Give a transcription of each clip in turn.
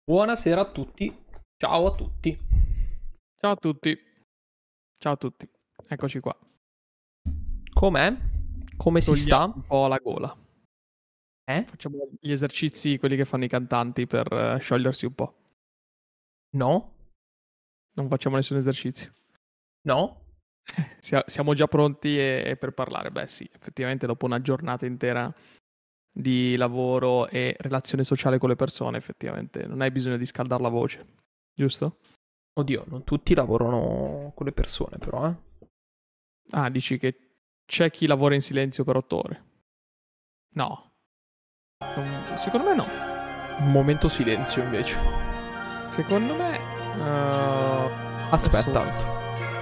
Buonasera a tutti, ciao a tutti. Ciao a tutti. Ciao a tutti. Eccoci qua. Com'è? Come si Togliamo sta? un po' la gola. Eh? Facciamo gli esercizi, quelli che fanno i cantanti per sciogliersi un po'. No? Non facciamo nessun esercizio. No? Siamo già pronti per parlare. Beh sì, effettivamente dopo una giornata intera di lavoro e relazione sociale con le persone, effettivamente non hai bisogno di scaldare la voce, giusto? Oddio, non tutti lavorano con le persone però, eh. Ah, dici che c'è chi lavora in silenzio per 8 ore. No. Secondo me no. Un momento silenzio invece. Secondo me... Aspetta. adesso...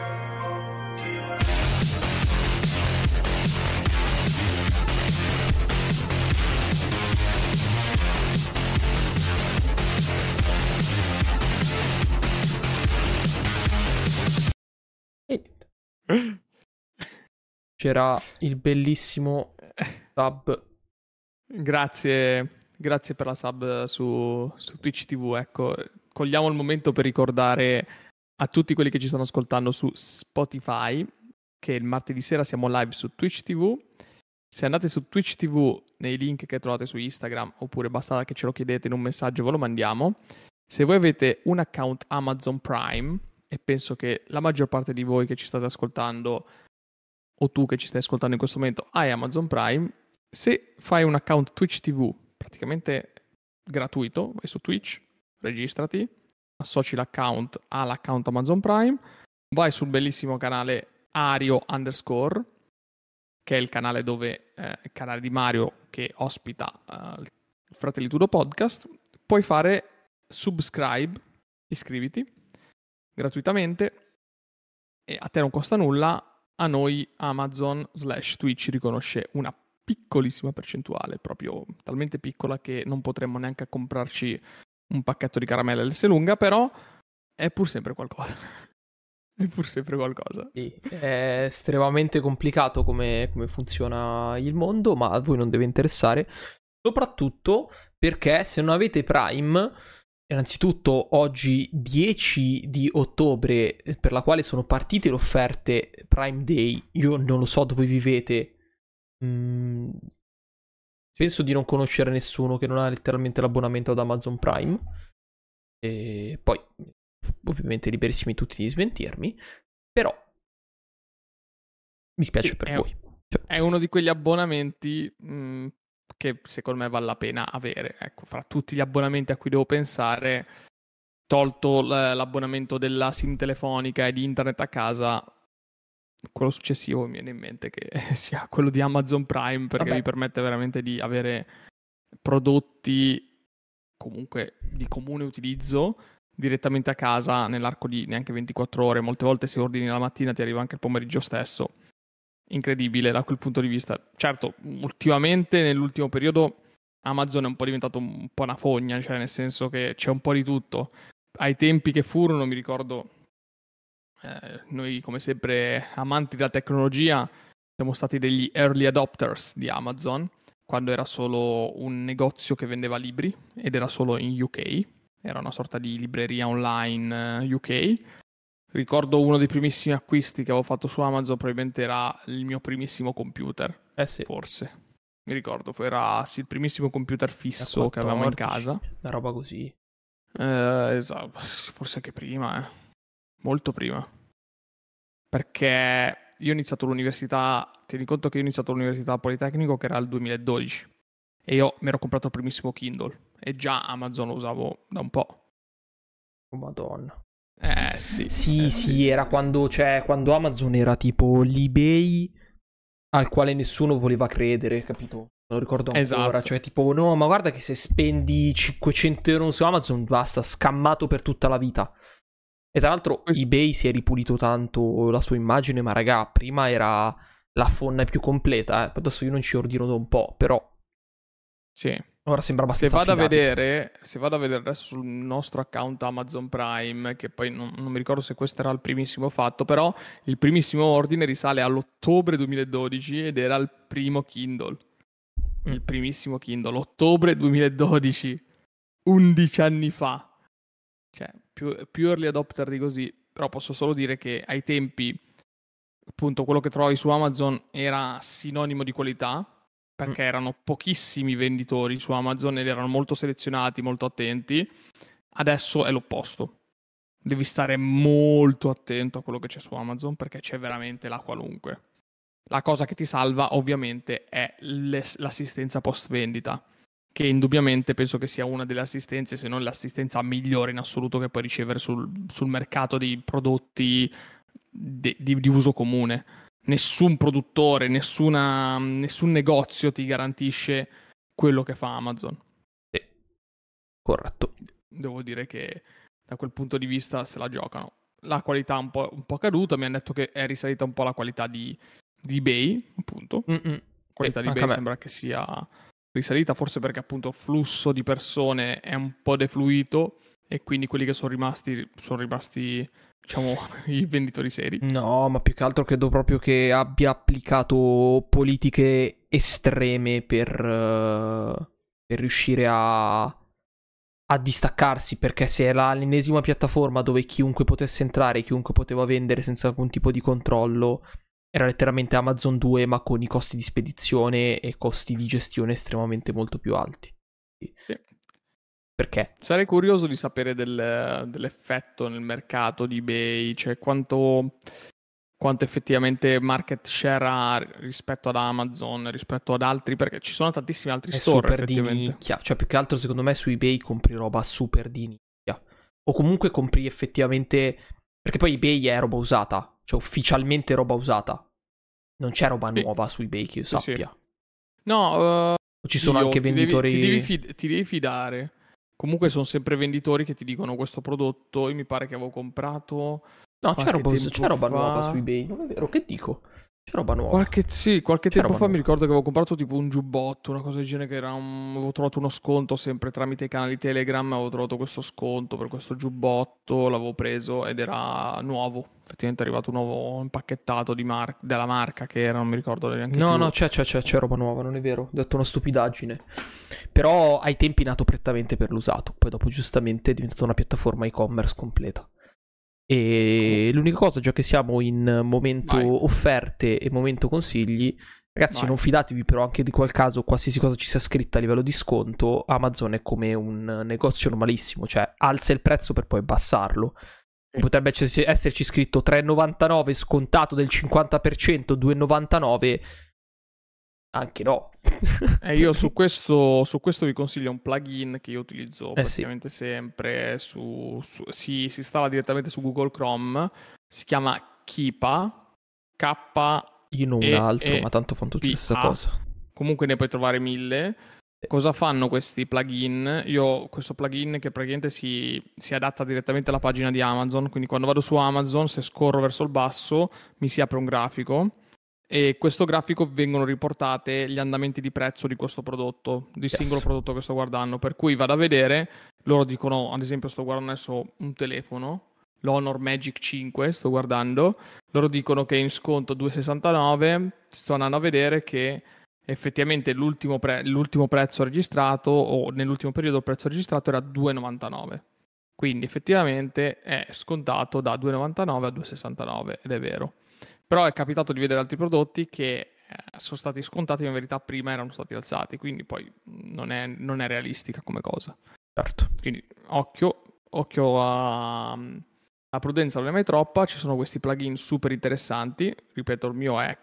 E c'era il bellissimo sub. Grazie per la sub su Twitch TV. Ecco, cogliamo il momento per ricordare a tutti quelli che ci stanno ascoltando su Spotify che il martedì sera siamo live su Twitch TV. Se andate su Twitch TV nei link che trovate su Instagram, oppure basta che ce lo chiedete in un messaggio, ve lo mandiamo. Se voi avete un account Amazon Prime, e penso che la maggior parte di voi che ci state ascoltando, o tu che ci stai ascoltando in questo momento, hai Amazon Prime, se fai un account Twitch TV praticamente gratuito, vai su Twitch, registrati, associ l'account all'account Amazon Prime, vai sul bellissimo canale Ario _ che è il canale il canale di Mario che ospita il Fratelli Tudo Podcast, puoi fare subscribe, iscriviti gratuitamente e a te non costa nulla, a noi Amazon/Twitch riconosce una piccolissima percentuale, proprio talmente piccola che non potremmo neanche comprarci un pacchetto di caramelle all'Esselunga, però è pur sempre qualcosa. È pur sempre qualcosa. Sì, è estremamente complicato come funziona il mondo, ma a voi non deve interessare. Soprattutto perché se non avete Prime, innanzitutto oggi 10 di ottobre, per la quale sono partite le offerte Prime Day, io non lo so dove vivete. Penso di non conoscere nessuno che non ha letteralmente l'abbonamento ad Amazon Prime. E poi, ovviamente, liberissimi tutti di smentirmi. Però, mi spiace Sì, per voi. Cioè, è uno di quegli abbonamenti che secondo me vale la pena avere. Ecco, fra tutti gli abbonamenti a cui devo pensare, tolto l'abbonamento della SIM telefonica e di internet a casa, quello successivo mi viene in mente che sia quello di Amazon Prime, perché vabbè, mi permette veramente di avere prodotti comunque di comune utilizzo direttamente a casa nell'arco di neanche 24 ore. Molte volte se ordini la mattina ti arriva anche il pomeriggio stesso. Incredibile da quel punto di vista. Certo, ultimamente, nell'ultimo periodo, Amazon è un po' diventato un po' una fogna, cioè nel senso che c'è un po' di tutto. Ai tempi che furono, mi ricordo, noi come sempre amanti della tecnologia siamo stati degli early adopters di Amazon, quando era solo un negozio che vendeva libri ed era solo in UK, era una sorta di libreria online UK. Ricordo uno dei primissimi acquisti che avevo fatto su Amazon, probabilmente era il mio primissimo computer, sì. forse. Mi ricordo, era sì, il primissimo computer fisso che avevamo in 14, casa. una roba così. Esatto, forse anche prima, molto prima. Perché io ho iniziato l'università, tieni conto che io ho iniziato l'università al Politecnico che era il 2012 e io mi ero comprato il primissimo Kindle e già Amazon lo usavo da un po'. Oh, Madonna. Sì. Sì, era quando Amazon era tipo l'eBay al quale nessuno voleva credere, capito? Me lo ricordo ancora. Esatto. Cioè, tipo, no, ma guarda che se spendi 500 euro su Amazon basta, scammato per tutta la vita. E tra l'altro eBay si è ripulito tanto la sua immagine, ma raga, prima era la fonna più completa, eh. Adesso io non ci ordino da un po', però Sì. ora sembra Se abbastanza vado a affidabile. vedere adesso sul nostro account Amazon Prime, che poi non mi ricordo se questo era il primissimo fatto, però il primissimo ordine risale all'ottobre 2012 ed era il primo Kindle. Il primissimo Kindle, ottobre 2012, 11 anni fa. cioè più early adopter di così, però posso solo dire che ai tempi, appunto, quello che trovavi su Amazon era sinonimo di qualità, perché erano pochissimi venditori su Amazon ed erano molto selezionati, molto attenti. Adesso è l'opposto. Devi stare molto attento a quello che c'è su Amazon perché c'è veramente la qualunque. La cosa che ti salva ovviamente è l'assistenza post vendita, che indubbiamente penso che sia una delle assistenze, se non l'assistenza migliore in assoluto che puoi ricevere sul mercato di prodotti di uso comune. Nessun produttore, nessun negozio ti garantisce quello che fa Amazon. Sì, corretto. Devo dire che da quel punto di vista se la giocano. La qualità un po' caduta, mi hanno detto che è risalita un po' la qualità di eBay, appunto. La qualità di eBay sembra che sia risalita, forse perché appunto il flusso di persone è un po' defluito e quindi quelli che sono rimasti, diciamo, i venditori seri. No, ma più che altro credo proprio che abbia applicato politiche estreme per riuscire a distaccarsi, perché se era l'ennesima piattaforma dove chiunque potesse entrare, chiunque poteva vendere senza alcun tipo di controllo, era letteralmente Amazon 2 ma con i costi di spedizione e costi di gestione estremamente molto più alti. Sì. Perché? Sarei curioso di sapere dell'effetto nel mercato di eBay, cioè quanto effettivamente market share ha rispetto ad Amazon, rispetto ad altri, perché ci sono tantissimi altri store super effettivamente. Di nicchia, cioè più che altro secondo me su eBay compri roba super di nicchia, o comunque compri effettivamente, perché poi eBay è roba usata, cioè ufficialmente roba usata, non c'è roba nuova su eBay che io sappia. Sì. No, ci sono anche venditori... ti devi fidare. Comunque sono sempre venditori che ti dicono questo prodotto, io mi pare che avevo comprato... No, c'è roba nuova su eBay, non è vero, che dico? C'è roba nuova. Qualche tempo fa mi ricordo che avevo comprato tipo un giubbotto, una cosa del genere, che era avevo trovato uno sconto sempre tramite i canali Telegram, avevo trovato questo sconto per questo giubbotto, l'avevo preso ed era nuovo. Effettivamente è arrivato nuovo impacchettato della marca che era, non mi ricordo neanche più. No, c'è roba nuova, non è vero, ho detto una stupidaggine. Però ai tempi è nato prettamente per l'usato, poi dopo giustamente è diventata una piattaforma e-commerce completa. E l'unica cosa, già che siamo in momento offerte e momento consigli, ragazzi, non fidatevi però anche di quel caso, qualsiasi cosa ci sia scritta a livello di sconto, Amazon è come un negozio normalissimo, cioè alza il prezzo per poi abbassarlo. Potrebbe esserci scritto 3,99 scontato del 50%, 2,99, anche no. Io su questo vi consiglio un plugin che io utilizzo praticamente sempre si installa direttamente su Google Chrome, si chiama Keepa, Io non un altro, ma tanto fanno tutti la stessa cosa. Comunque ne puoi trovare 1000. Cosa fanno questi plugin? Io ho questo plugin che praticamente si adatta direttamente alla pagina di Amazon, quindi quando vado su Amazon, se scorro verso il basso, mi si apre un grafico e questo grafico vengono riportate gli andamenti di prezzo di questo prodotto, di singolo prodotto che sto guardando, per cui vado a vedere, loro dicono, ad esempio sto guardando adesso un telefono, l'Honor Magic 5 sto guardando, loro dicono che è in sconto 2,69, sto andando a vedere che effettivamente l'ultimo prezzo registrato, o nell'ultimo periodo il prezzo registrato era 2,99. Quindi effettivamente è scontato da 2,99 a 2,69 ed è vero. Però è capitato di vedere altri prodotti che sono stati scontati, ma in verità prima erano stati alzati, quindi poi non è realistica come cosa. Certo. Quindi occhio a prudenza, non è mai troppa. Ci sono questi plugin super interessanti. Ripeto, il mio è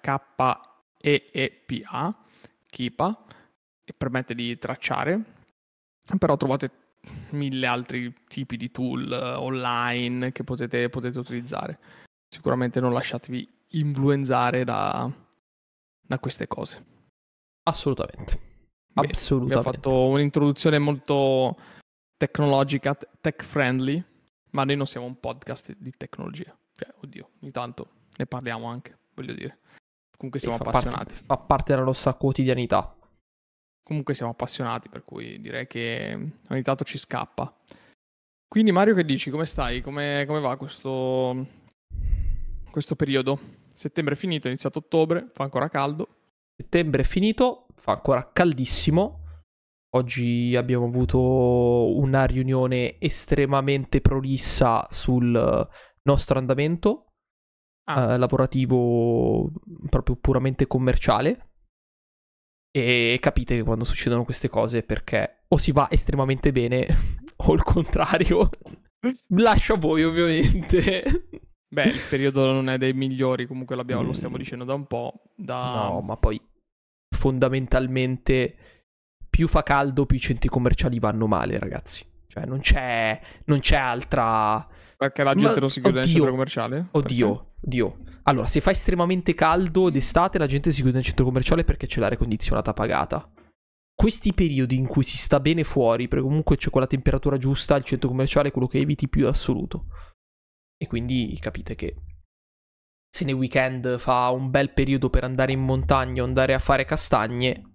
Keepa, e permette di tracciare, però trovate 1000 altri tipi di tool online che potete utilizzare. Sicuramente non lasciatevi influenzare da queste cose. Assolutamente. Bene, abbiamo fatto un'introduzione molto tecnologica, tech friendly, ma noi non siamo un podcast di tecnologia. Cioè, oddio, ogni tanto ne parliamo anche, voglio dire. Comunque siamo appassionati. Fa parte della nostra quotidianità. Comunque siamo appassionati, per cui direi che ogni tanto ci scappa. Quindi Mario, che dici? Come stai? Come va questo periodo? Settembre è finito, è iniziato ottobre, fa ancora caldo. Settembre è finito, fa ancora caldissimo. Oggi abbiamo avuto una riunione estremamente prolissa sul nostro andamento lavorativo, proprio puramente commerciale. E capite che quando succedono queste cose perché o si va estremamente bene o il contrario. Lascio a voi, ovviamente. Beh, il periodo non è dei migliori, comunque lo stiamo dicendo da un po'. No, ma poi fondamentalmente più fa caldo, più i centri commerciali vanno male, ragazzi. Cioè, non c'è altra... Perché la gente non si chiude nel centro commerciale? Oddio. Allora, se fa estremamente caldo d'estate, la gente si chiude nel centro commerciale perché c'è l'aria condizionata pagata. Questi periodi in cui si sta bene fuori, perché comunque c'è quella temperatura giusta, il centro commerciale è quello che eviti più assoluto. E quindi capite che se nei weekend fa un bel periodo per andare in montagna o andare a fare castagne,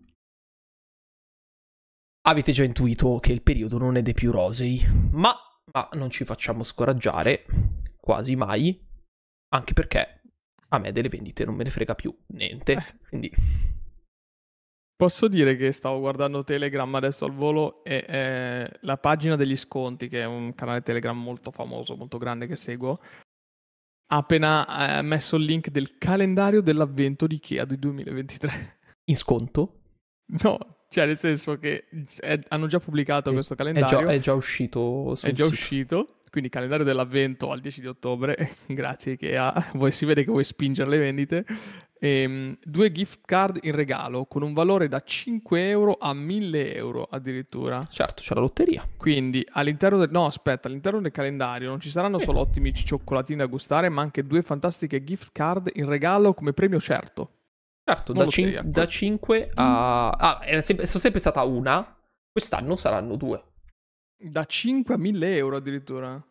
avete già intuito che il periodo non è dei più rosei. Ma non ci facciamo scoraggiare, quasi mai, anche perché a me delle vendite non me ne frega più niente, quindi... Posso dire che stavo guardando Telegram adesso al volo e la pagina degli sconti, che è un canale Telegram molto famoso, molto grande che seguo, ha appena messo il link del calendario dell'avvento di Ikea del 2023. In sconto? No, cioè nel senso che hanno già pubblicato questo calendario. È già uscito sul È già sito. uscito, quindi calendario dell'avvento al 10 di ottobre. Grazie Ikea, si vede che vuoi spingere le vendite. 2 gift card in regalo con un valore da 5 euro a 1000 euro addirittura. Certo, c'è la lotteria. Quindi all'interno del calendario non ci saranno solo ottimi cioccolatini da gustare, ma anche 2 fantastiche gift card in regalo come premio certo. Certo, Non da 5 a... sono sempre stata una, quest'anno saranno 2. Da 5 a 1000 euro addirittura.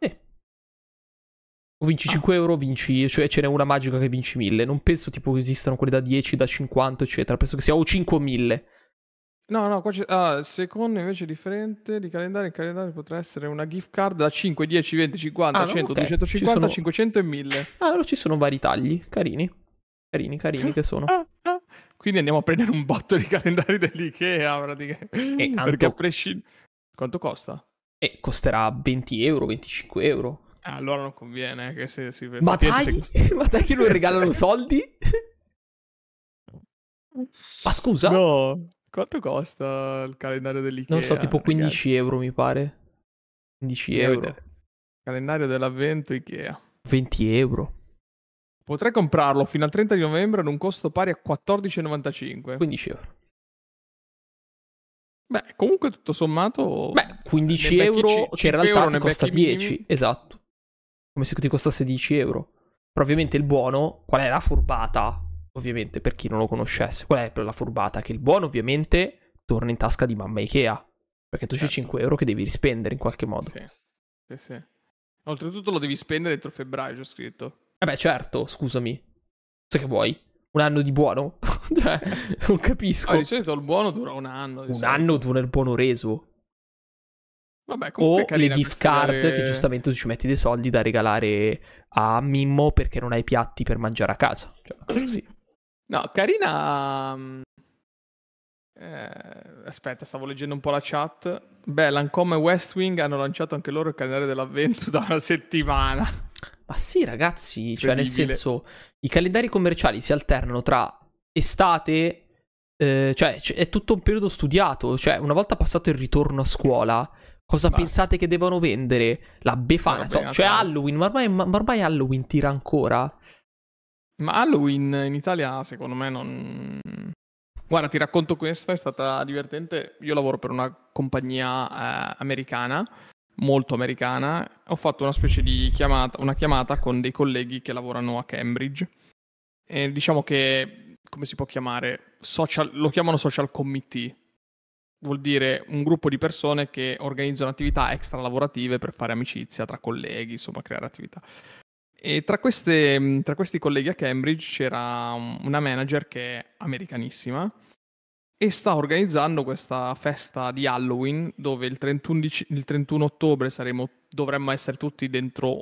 O vinci 5 euro, vinci, cioè ce n'è una magica che vinci 1000. Non penso tipo che esistano quelle da 10, da 50, eccetera. Penso che sia o 5 o 1000. No, qua c'è... secondo invece differente di calendario. Il calendario potrà essere una gift card da 5, 10, 20, 50, 100, okay. 250, 500 e 1000. Allora ci sono vari tagli, carini che sono. Quindi andiamo a prendere un botto di calendari dell'Ikea, praticamente. Perché a prescindere... Quanto costa? Costerà 20 euro, 25 euro. Allora non conviene che se si Ma dai che non regalano soldi? Ma scusa? No, quanto costa il calendario dell'Ikea? Non so, tipo 15 euro mi pare. 15 euro. Calendario dell'avvento Ikea. 20 euro. Potrei comprarlo fino al 30 di novembre ad un costo pari a 14,95. 15 euro. Beh, comunque tutto sommato... Beh, 15 euro che in realtà ti costa 10. Esatto. Come se ti costasse 10 euro. Però ovviamente il buono, qual è la furbata? Ovviamente, per chi non lo conoscesse, qual è la furbata? Che il buono ovviamente torna in tasca di mamma Ikea. Perché tu c'hai 5 euro che devi rispendere in qualche modo. Sì. Oltretutto lo devi spendere entro febbraio, c'ho scritto. Beh, certo, scusami. Sai che vuoi? Un anno di buono? Cioè, non capisco. Di solito il buono dura un anno. Un anno dura il buono reso. Vabbè, comunque o le gift card che giustamente tu ci metti dei soldi da regalare a Mimmo perché non hai piatti per mangiare a casa. Cioè, così. No, carina. Aspetta, stavo leggendo un po' la chat. Beh, Lancome e West Wing hanno lanciato anche loro il calendario dell'avvento da una settimana. Ma sì, ragazzi, cioè nel senso, i calendari commerciali si alternano tra estate, cioè è tutto un periodo studiato. Cioè, una volta passato il ritorno a scuola, cosa pensate che devono vendere? La Befana, cioè Halloween, ma ormai Halloween tira ancora. Ma Halloween in Italia, secondo me, non... Guarda, ti racconto questa, è stata divertente. Io lavoro per una compagnia americana, molto americana. Ho fatto una specie di una chiamata con dei colleghi che lavorano a Cambridge. E diciamo che, come si può chiamare? Lo chiamano social committee. Vuol dire un gruppo di persone che organizzano attività extra lavorative per fare amicizia tra colleghi, insomma, creare attività. E tra questi colleghi a Cambridge c'era una manager che è americanissima e sta organizzando questa festa di Halloween dove il 31 ottobre dovremmo essere tutti dentro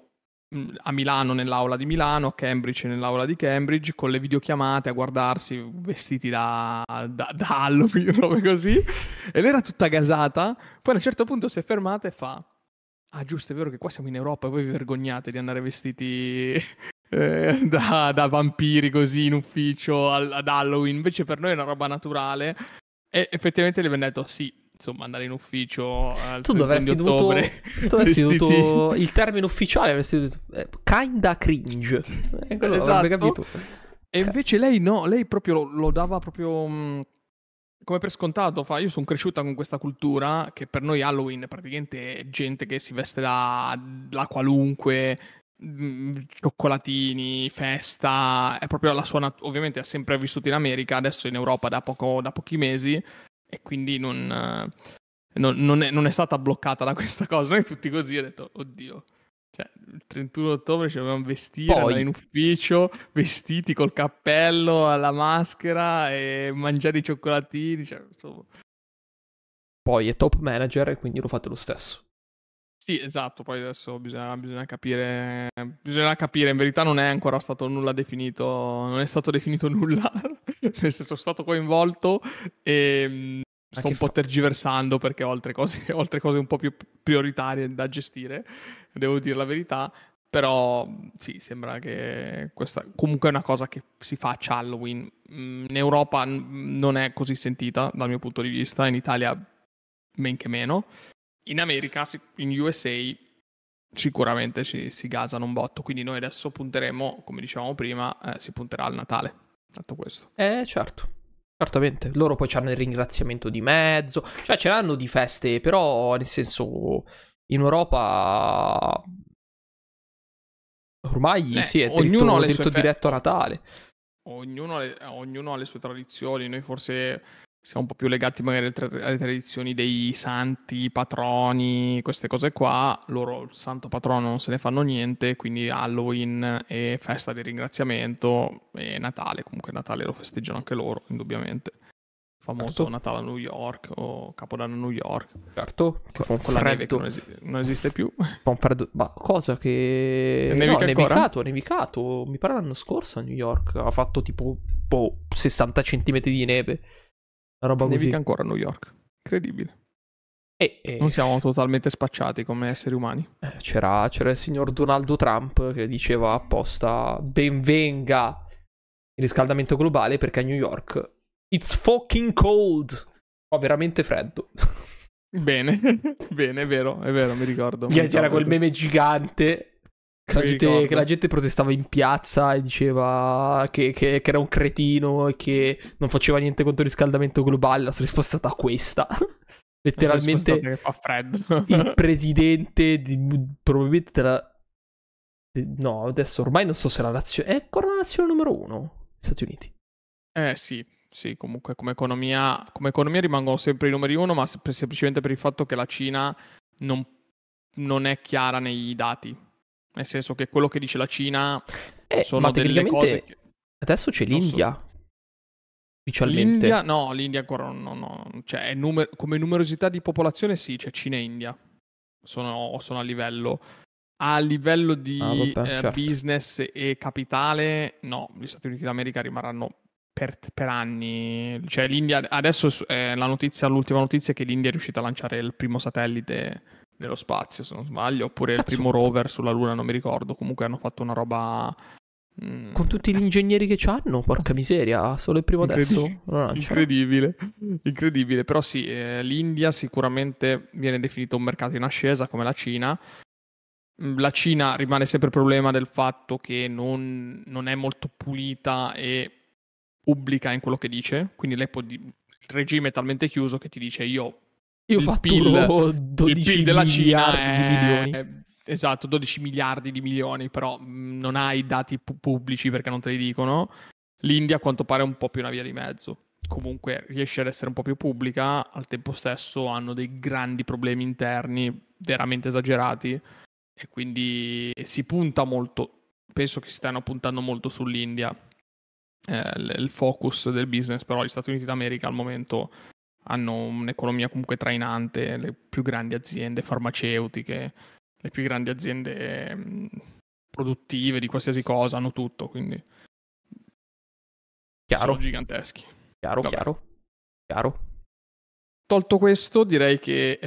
a Milano nell'aula di Milano, a Cambridge nell'aula di Cambridge, con le videochiamate a guardarsi vestiti da Halloween, robe così. E lei era tutta gasata. Poi a un certo punto si è fermata e fa: ah, giusto, è vero che qua siamo in Europa e voi vi vergognate di andare vestiti da vampiri così in ufficio ad Halloween. Invece per noi è una roba naturale. E effettivamente le abbiamo detto sì, insomma, andare in ufficio al Tu 31 di dovresti ottobre tu avresti vestiti... dovuto il termine ufficiale, avresti dovuto kinda cringe. Quello avrebbe Esatto. capito. E invece lei no, lei proprio lo dava proprio come per scontato. Fa, io sono cresciuta con questa cultura che per noi Halloween è praticamente gente che si veste da qualunque, cioccolatini, festa, è proprio la sua ovviamente ha sempre vissuto in America, adesso in Europa da pochi mesi e quindi non è stata bloccata da questa cosa. Noi tutti così ho detto, oddio. Cioè, il 31 ottobre ci dovevamo vestire, andare in Poi, ufficio, vestiti col cappello, alla maschera e mangiare i cioccolatini. Cioè, insomma. poi è top manager e quindi lo fate lo stesso. Sì, esatto, poi adesso bisogna capire, in verità non è ancora stato nulla definito, non è stato definito nulla, nel senso sono stato coinvolto e Ma sto che un po' fa? tergiversando perché ho altre cose un po' più prioritarie da gestire, devo dire la verità, però sì, sembra che questa comunque è una cosa che si faccia a Halloween. In Europa non è così sentita dal mio punto di vista, in Italia men che meno. In America, in USA, sicuramente si gasano un botto. Quindi noi adesso punteremo, come dicevamo prima, si punterà al Natale. Detto questo. Certo. Certamente. Loro poi hanno il ringraziamento di mezzo. Cioè, ce l'hanno di feste, però, nel senso, in Europa ormai sì, è Ognuno ha le sue dritto diretto a Natale. ognuno ha le sue tradizioni. Noi forse siamo un po' più legati magari alle tradizioni dei santi, patroni, queste cose qua. Loro, il santo patrono, non se ne fanno niente, quindi Halloween e festa di ringraziamento e Natale. Comunque Natale lo festeggiano anche loro, indubbiamente. Famoso Certo. Natale a New York o Capodanno a New York. Certo, che fa un Con la neve che freddo. non esiste più. Fa un freddo. Ma cosa che. No, Nevica ancora? è nevicato. Mi pare l'anno scorso a New York. Ha fatto tipo 60 centimetri di neve. Una roba Nevica così. ancora a New York. Incredibile. E Non siamo totalmente spacciati come esseri umani. c'era il signor Donaldo Trump che diceva apposta: benvenga il riscaldamento globale perché a New York it's fucking cold. Fa veramente freddo. Bene, bene, è vero, mi ricordo. C'era di quel questo. meme gigante Mi che la ricordo. gente protestava in piazza e diceva che era un cretino e che non faceva niente contro il riscaldamento globale. La sua risposta è stata questa. Adesso spostate Letteralmente che fa freddo. il presidente probabilmente no, adesso ormai non so se la nazione... È ancora la nazione numero uno, gli Stati Uniti. Sì, comunque come economia rimangono sempre i numeri uno, ma semplicemente per il fatto che la Cina non, non è chiara nei dati. Nel senso che quello che dice la Cina Ma sono delle cose tecnicamente che adesso c'è non so. l'India, ufficialmente. L'India ancora no. Cioè, come numerosità di popolazione sì, c'è Cina e India. Sono a livello. A livello Ah, di vabbè, certo. business e capitale, no, gli Stati Uniti d'America rimarranno per anni. Cioè, l'India adesso l'ultima notizia è che l'India è riuscita a lanciare il primo satellite nello spazio, se non sbaglio, oppure il Cazzo, primo rover sulla Luna, non mi ricordo. Comunque hanno fatto una roba con tutti gli ingegneri che c'hanno, porca miseria, solo il primo adesso lo lanciano. incredibile, incredibile. Però sì, l'India sicuramente viene definito un mercato in ascesa come la Cina. La Cina rimane sempre il problema del fatto che non è molto pulita e pubblica in quello che dice, quindi il regime è talmente chiuso che ti dice Io il PIL, fatturo il PIL 12 della Cina miliardi di milioni. è esatto, 12 miliardi di milioni, però non hai i dati pubblici perché non te li dicono. L'India a quanto pare è un po' più una via di mezzo. Comunque riesce ad essere un po' più pubblica, al tempo stesso hanno dei grandi problemi interni veramente esagerati e quindi si punta molto, penso che si stiano puntando molto sull'India, il focus del business, però gli Stati Uniti d'America al momento hanno un'economia comunque trainante, le più grandi aziende farmaceutiche, le più grandi aziende produttive di qualsiasi cosa, hanno tutto, quindi Chiaro. sono giganteschi. Chiaro, Vabbè. chiaro. Tolto questo, direi che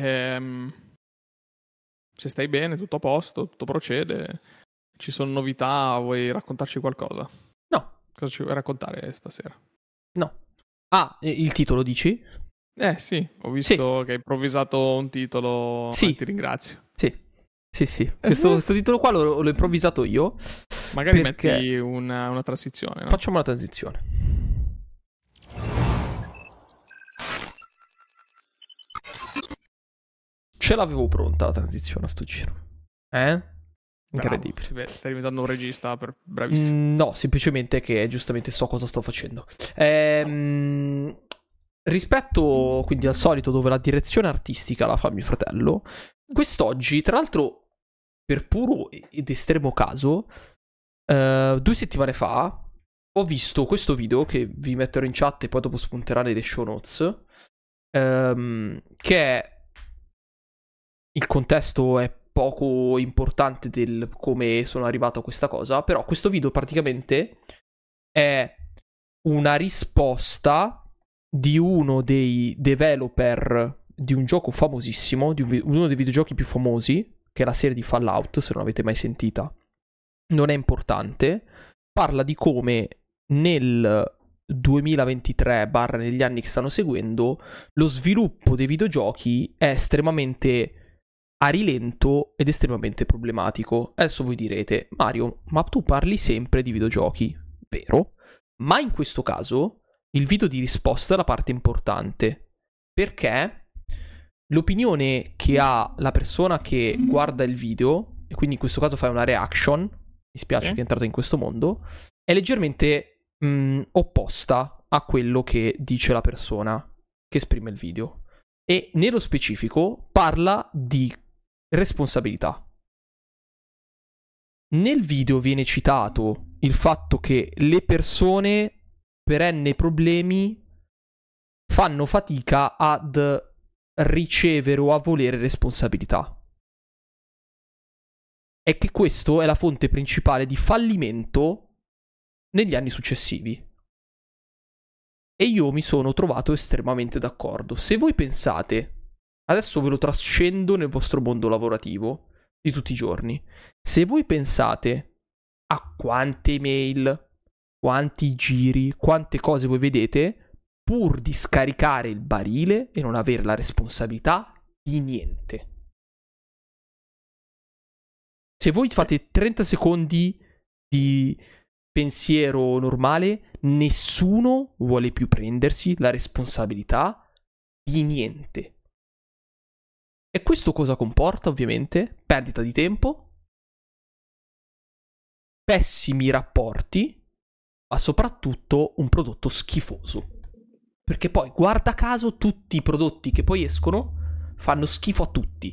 se stai bene, tutto a posto, tutto procede. Ci sono novità, vuoi raccontarci qualcosa? No. Cosa ci vuoi raccontare stasera? No. Ah, il titolo dici? Sì, ho visto che hai improvvisato un titolo Sì. e ti ringrazio. Sì. Questo titolo qua l'ho improvvisato io. Magari perché... metti una transizione, no? Facciamo una transizione. Ce l'avevo pronta la transizione a sto giro. Incredibile. Bravo, stai diventando un regista bravissimo. No, semplicemente che giustamente so cosa sto facendo. Rispetto quindi al solito dove la direzione artistica la fa mio fratello, quest'oggi, tra l'altro, per puro ed estremo caso, 2 settimane fa ho visto questo video che vi metterò in chat e poi dopo spunterà nelle show notes, che è... Il contesto è poco importante del come sono arrivato a questa cosa, però questo video praticamente è una risposta di uno dei developer di un gioco famosissimo, di uno dei videogiochi più famosi, che è la serie di Fallout, se non l'avete mai sentita. Non è importante. Parla di come nel 2023 negli anni che stanno seguendo lo sviluppo dei videogiochi è estremamente a rilento ed estremamente problematico. Adesso voi direte: Mario, ma tu parli sempre di videogiochi, vero? Ma in questo caso il video di risposta è la parte importante, perché l'opinione che ha la persona che guarda il video, e quindi in questo caso fai una reaction, mi spiace che è entrata in questo mondo, è leggermente opposta a quello che dice la persona che esprime il video. E nello specifico parla di responsabilità. Nel video viene citato il fatto che le persone per n problemi fanno fatica ad ricevere o a volere responsabilità. E che questo è la fonte principale di fallimento negli anni successivi. E io mi sono trovato estremamente d'accordo. Se voi pensate, adesso ve lo trascendo nel vostro mondo lavorativo di tutti i giorni, se voi pensate a quante email, quanti giri, quante cose voi vedete, pur di scaricare il barile e non avere la responsabilità di niente. Se voi fate 30 secondi di pensiero normale, nessuno vuole più prendersi la responsabilità di niente. E questo cosa comporta, ovviamente? Perdita di tempo, pessimi rapporti, ma soprattutto un prodotto schifoso. Perché poi, guarda caso, tutti i prodotti che poi escono fanno schifo a tutti.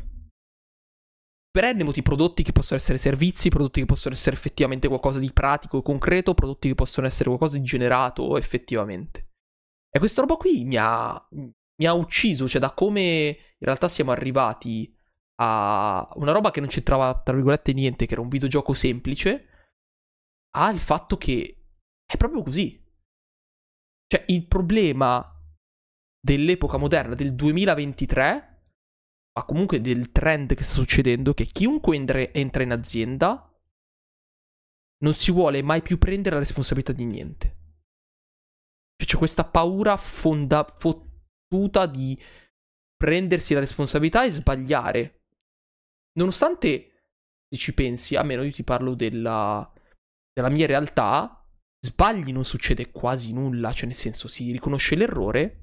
Per n molti prodotti che possono essere servizi, prodotti che possono essere effettivamente qualcosa di pratico e concreto, prodotti che possono essere qualcosa di generato effettivamente. E questa roba qui mi ha ucciso, cioè da come in realtà siamo arrivati a una roba che non c'entrava tra virgolette niente, che era un videogioco semplice, al fatto che è proprio così. Cioè il problema dell'epoca moderna, del 2023, ma comunque del trend che sta succedendo, che chiunque entra in azienda non si vuole mai più prendere la responsabilità di niente. Cioè c'è questa paura fottuta di prendersi la responsabilità e sbagliare. Nonostante, se ci pensi, almeno io ti parlo della mia realtà, sbagli non succede quasi nulla, cioè nel senso si riconosce l'errore,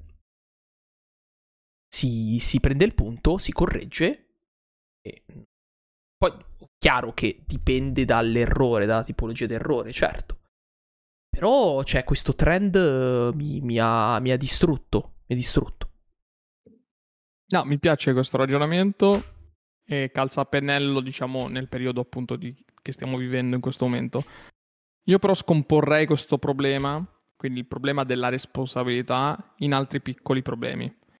si prende il punto, si corregge e poi chiaro che dipende dall'errore, dalla tipologia d'errore, certo. Però c'è questo trend mi ha distrutto, mi ha distrutto. No, mi piace questo ragionamento e calza a pennello, diciamo, nel periodo appunto che stiamo vivendo in questo momento. Io però scomporrei questo problema, quindi il problema della responsabilità, in altri piccoli problemi.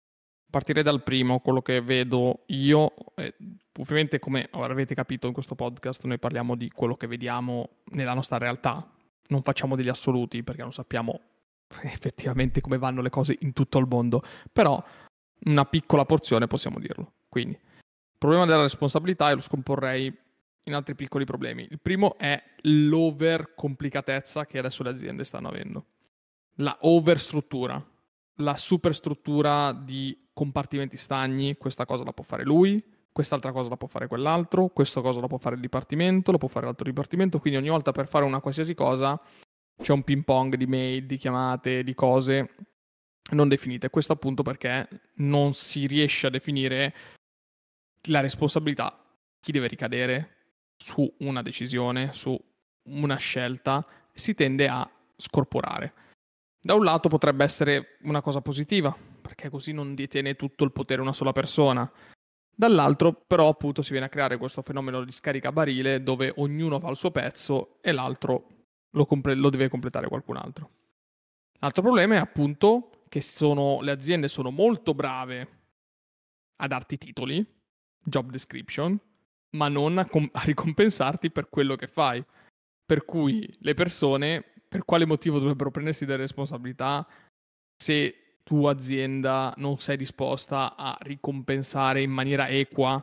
Partirei dal primo, quello che vedo io. Ovviamente, come avrete capito in questo podcast, noi parliamo di quello che vediamo nella nostra realtà. Non facciamo degli assoluti perché non sappiamo effettivamente come vanno le cose in tutto il mondo. Però una piccola porzione possiamo dirlo. Quindi, il problema della responsabilità, e lo scomporrei in altri piccoli problemi. Il primo è l'overcomplicatezza che adesso le aziende stanno avendo. La overstruttura, la superstruttura di compartimenti stagni, questa cosa la può fare lui, quest'altra cosa la può fare quell'altro, questa cosa la può fare il dipartimento, la può fare l'altro dipartimento, quindi ogni volta per fare una qualsiasi cosa c'è un ping pong di mail, di chiamate, di cose non definite. Questo appunto perché non si riesce a definire la responsabilità, chi deve ricadere su una decisione, su una scelta, si tende a scorporare. Da un lato potrebbe essere una cosa positiva, perché così non detiene tutto il potere una sola persona. Dall'altro, però, appunto, si viene a creare questo fenomeno di scaricabarile dove ognuno fa il suo pezzo e l'altro lo deve completare qualcun altro. L'altro problema è appunto che le aziende sono molto brave a darti titoli, job description, ma non a ricompensarti per quello che fai. Per cui le persone, per quale motivo dovrebbero prendersi delle responsabilità se tu azienda non sei disposta a ricompensare in maniera equa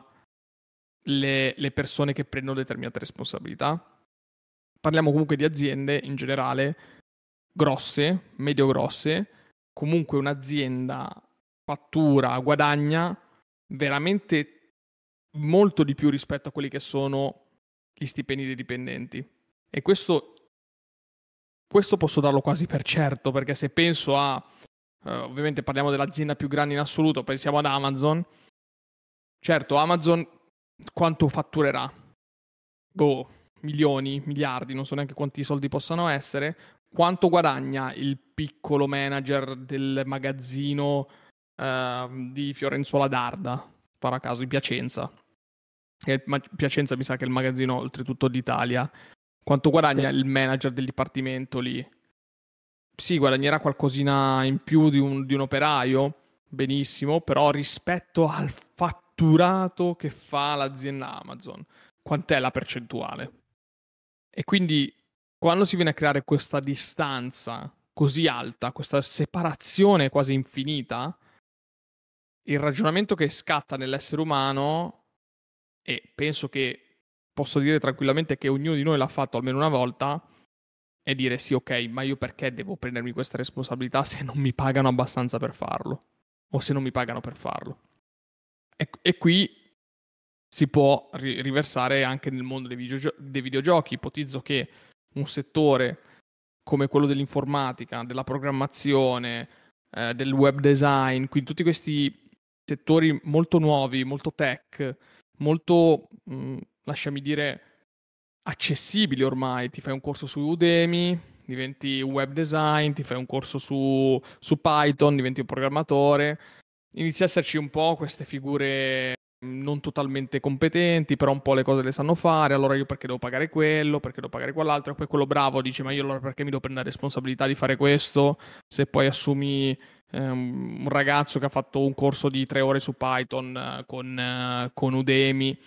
le persone che prendono determinate responsabilità? Parliamo comunque di aziende in generale grosse, medio-grosse, comunque un'azienda fattura, guadagna veramente molto di più rispetto a quelli che sono gli stipendi dei dipendenti. E questo posso darlo quasi per certo, perché se penso a ovviamente parliamo dell'azienda più grande in assoluto, pensiamo ad Amazon. Certo, Amazon quanto fatturerà? Boh, milioni, miliardi, non so neanche quanti soldi possano essere. Quanto guadagna il piccolo manager del magazzino di Fiorenzuola d'Arda, sparo a caso, di Piacenza. Piacenza mi sa che è il magazzino oltretutto d'Italia. Quanto guadagna il manager del dipartimento lì? Sì, guadagnerà qualcosina in più di un operaio, benissimo, però rispetto al fatturato che fa l'azienda Amazon, quant'è la percentuale? E quindi quando si viene a creare questa distanza così alta, questa separazione quasi infinita, il ragionamento che scatta nell'essere umano, e penso che posso dire tranquillamente che ognuno di noi l'ha fatto almeno una volta, è dire sì, ok, ma io perché devo prendermi questa responsabilità se non mi pagano abbastanza per farlo? O se non mi pagano per farlo? E qui si può riversare anche nel mondo dei videogiochi. Ipotizzo che un settore come quello dell'informatica, della programmazione, del web design, quindi tutti questi settori molto nuovi, molto tech, molto, lasciami dire, accessibili ormai. Ti fai un corso su Udemy, diventi un web design, ti fai un corso su Python, diventi un programmatore. Inizia a esserci un po' queste figure non totalmente competenti, però un po' le cose le sanno fare. Allora io perché devo pagare quello, perché devo pagare quell'altro? E poi quello bravo dice, ma io allora perché mi devo prendere la responsabilità di fare questo? Se poi assumi un ragazzo che ha fatto un corso di 3 ore su Python con Udemy.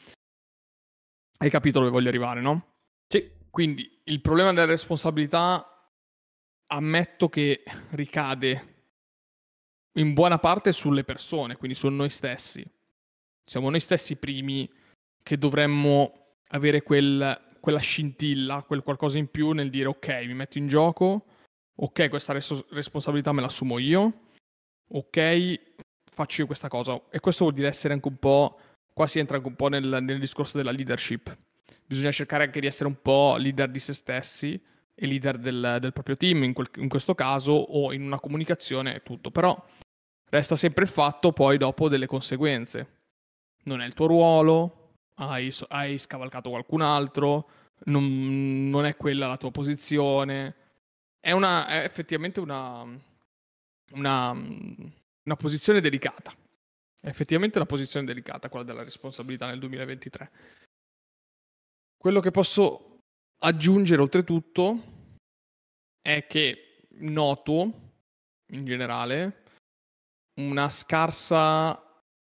Hai capito dove voglio arrivare, no? Sì. Quindi il problema della responsabilità ammetto che ricade in buona parte sulle persone, quindi su noi stessi. Siamo noi stessi primi che dovremmo avere quella scintilla, quel qualcosa in più nel dire ok, mi metto in gioco, ok, questa responsabilità me la assumo io, ok, faccio io questa cosa. E questo vuol dire essere anche un po', qua si entra anche un po' nel discorso della leadership. Bisogna cercare anche di essere un po' leader di se stessi e leader del proprio team in questo caso, o in una comunicazione e tutto. Però resta sempre il fatto poi dopo delle conseguenze. Non è il tuo ruolo, hai scavalcato qualcun altro, non è quella la tua posizione. È effettivamente una posizione delicata. È effettivamente una posizione delicata quella della responsabilità nel 2023. Quello che posso aggiungere oltretutto è che noto, in generale, una scarsa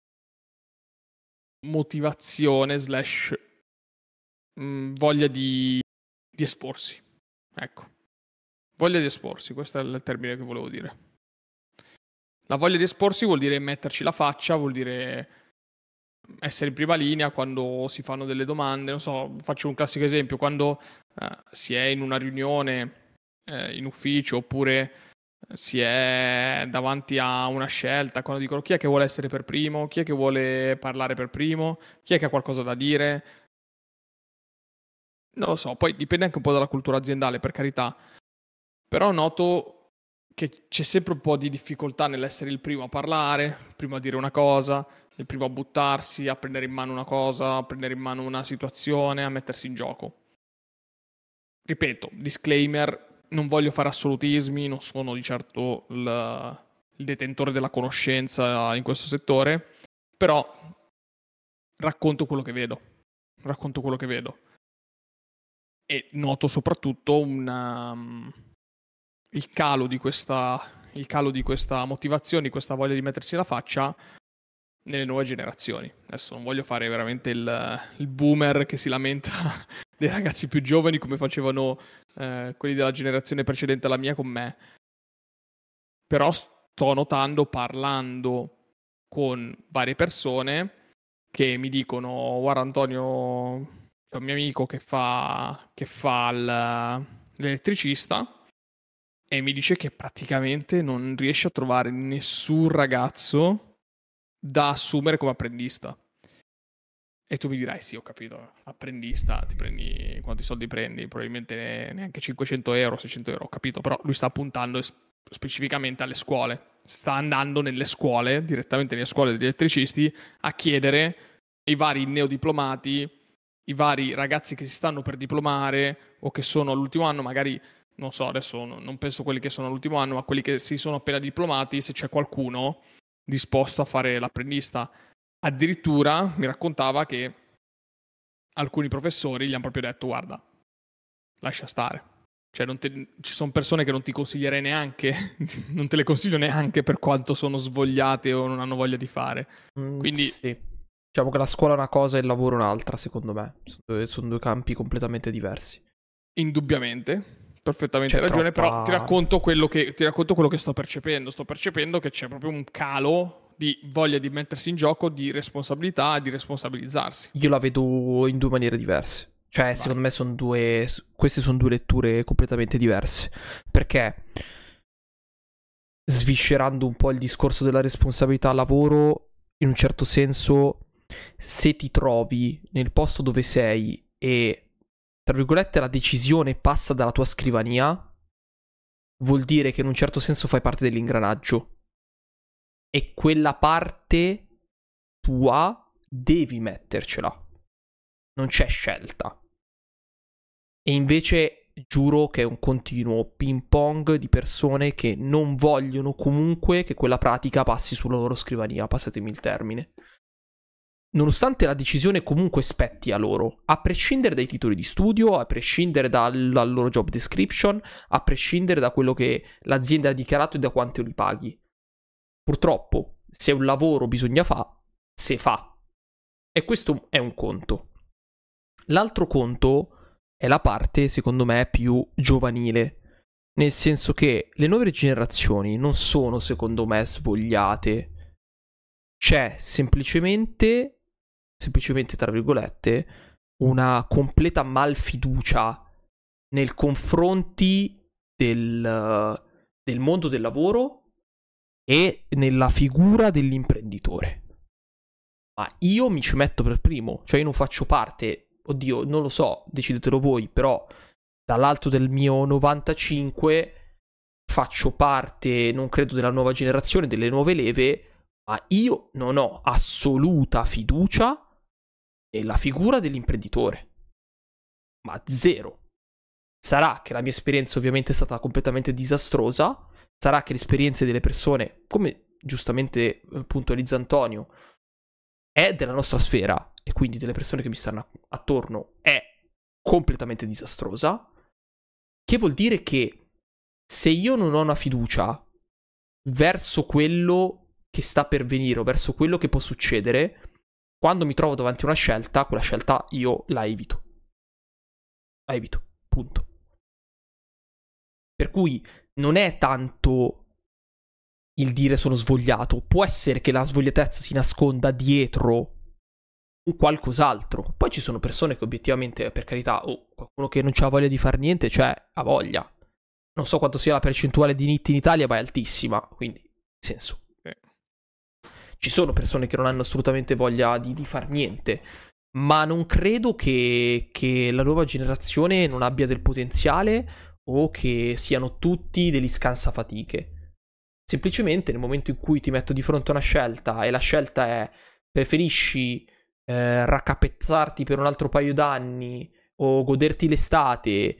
motivazione slash voglia di esporsi. Ecco. Voglia di esporsi, questo è il termine che volevo dire. La voglia di esporsi vuol dire metterci la faccia, vuol dire essere in prima linea quando si fanno delle domande. Non so, faccio un classico esempio, quando si è in una riunione in ufficio oppure si è davanti a una scelta, quando dicono chi è che vuole essere per primo, chi è che vuole parlare per primo, chi è che ha qualcosa da dire. Non lo so, poi dipende anche un po' dalla cultura aziendale, per carità, però noto che c'è sempre un po' di difficoltà nell'essere il primo a parlare, il primo a dire una cosa, il primo a buttarsi, a prendere in mano una cosa, a prendere in mano una situazione, a mettersi in gioco. Ripeto, disclaimer, non voglio fare assolutismi, non sono di certo il detentore della conoscenza in questo settore, però racconto quello che vedo. E noto soprattutto il calo di questa motivazione, di questa voglia di mettersi la faccia nelle nuove generazioni. Adesso non voglio fare veramente il boomer che si lamenta dei ragazzi più giovani come facevano quelli della generazione precedente alla mia con me. Però sto notando, parlando con varie persone, che mi dicono: guarda Antonio, c'è un mio amico che fa l'elettricista e mi dice che praticamente non riesce a trovare nessun ragazzo da assumere come apprendista. E tu mi dirai: sì, ho capito, apprendista, ti prendi quanti soldi prendi? Probabilmente neanche 500 euro, 600 euro, ho capito, però lui sta puntando specificamente alle scuole, sta andando nelle scuole, direttamente nelle scuole degli elettricisti, a chiedere ai vari neodiplomati, i vari ragazzi che si stanno per diplomare o che sono all'ultimo anno, magari, non so, adesso non penso quelli che sono all'ultimo anno, ma quelli che si sono appena diplomati, se c'è qualcuno disposto a fare l'apprendista. Addirittura mi raccontava che alcuni professori gli hanno proprio detto: guarda, lascia stare. Cioè, ci sono persone che non ti consiglierei neanche, non te le consiglio neanche per quanto sono svogliate o non hanno voglia di fare. Quindi sì. Diciamo che la scuola è una cosa e il lavoro un'altra, secondo me. Sono due campi completamente diversi. indubbiamente, perfettamente C'è ragione, troppa... però ti racconto quello che sto percependo. Sto percependo che c'è proprio un calo di voglia di mettersi in gioco, di responsabilità e di responsabilizzarsi. Io la vedo in due maniere diverse. Cioè, Vai. secondo me sono due... Queste sono due letture completamente diverse. Perché, sviscerando un po' il discorso della responsabilità al lavoro, in un certo senso, se ti trovi nel posto dove sei e, tra virgolette, la decisione passa dalla tua scrivania, vuol dire che in un certo senso fai parte dell'ingranaggio. E quella parte tua devi mettercela. Non c'è scelta. E invece giuro che è un continuo ping pong di persone che non vogliono comunque che quella pratica passi sulla loro scrivania, passatemi il termine. Nonostante la decisione comunque spetti a loro, a prescindere dai titoli di studio, a prescindere dalla loro job description, a prescindere da quello che l'azienda ha dichiarato e da quanto li paghi. Purtroppo, se un lavoro bisogna se fa. E questo è un conto. L'altro conto è la parte, secondo me, più giovanile. Nel senso che le nuove generazioni non sono, secondo me, svogliate. C'è semplicemente, tra virgolette, una completa malfiducia nei confronti del mondo del lavoro e nella figura dell'imprenditore. Ma io mi ci metto per primo, cioè io non faccio parte, oddio, non lo so, decidetelo voi, però dall'alto del mio 95 faccio parte, non credo, della nuova generazione, delle nuove leve, ma io non ho assoluta fiducia nella figura dell'imprenditore. Ma zero. Sarà che la mia esperienza ovviamente è stata completamente disastrosa, sarà che le esperienze delle persone, come giustamente puntualizza Antonio, è della nostra sfera e quindi delle persone che mi stanno attorno è completamente disastrosa, che vuol dire che se io non ho una fiducia verso quello che sta per venire o verso quello che può succedere, quando mi trovo davanti a una scelta, quella scelta io la evito. La evito, punto. Per cui non è tanto il dire sono svogliato, può essere che la svogliatezza si nasconda dietro un qualcos'altro. Poi ci sono persone che obiettivamente, per carità, qualcuno che non ha voglia di far niente, cioè ha voglia. Non so quanto sia la percentuale di NEET in Italia, ma è altissima, quindi, nel senso. Ci sono persone che non hanno assolutamente voglia di far niente, ma non credo che la nuova generazione non abbia del potenziale o che siano tutti degli scansafatiche. Semplicemente nel momento in cui ti metto di fronte a una scelta e la scelta è preferisci raccapezzarti per un altro paio d'anni o goderti l'estate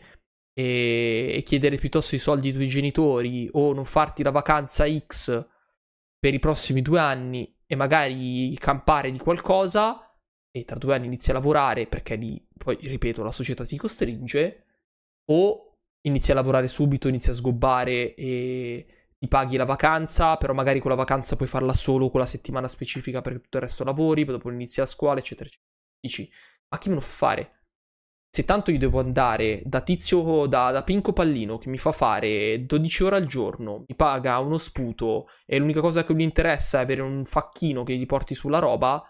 e chiedere piuttosto i soldi ai tuoi genitori o non farti la vacanza X per i prossimi 2 anni e magari campare di qualcosa e tra 2 anni inizi a lavorare perché lì, poi ripeto, la società ti costringe, o inizi a lavorare subito, inizi a sgobbare e ti paghi la vacanza, però magari quella vacanza puoi farla solo quella settimana specifica perché tutto il resto lavori, poi dopo inizi la scuola, eccetera, eccetera. Dici, ma chi me lo fa fare? Se tanto io devo andare da tizio, da Pinco Pallino, che mi fa fare 12 ore al giorno, mi paga uno sputo e l'unica cosa che mi interessa è avere un facchino che gli porti sulla roba,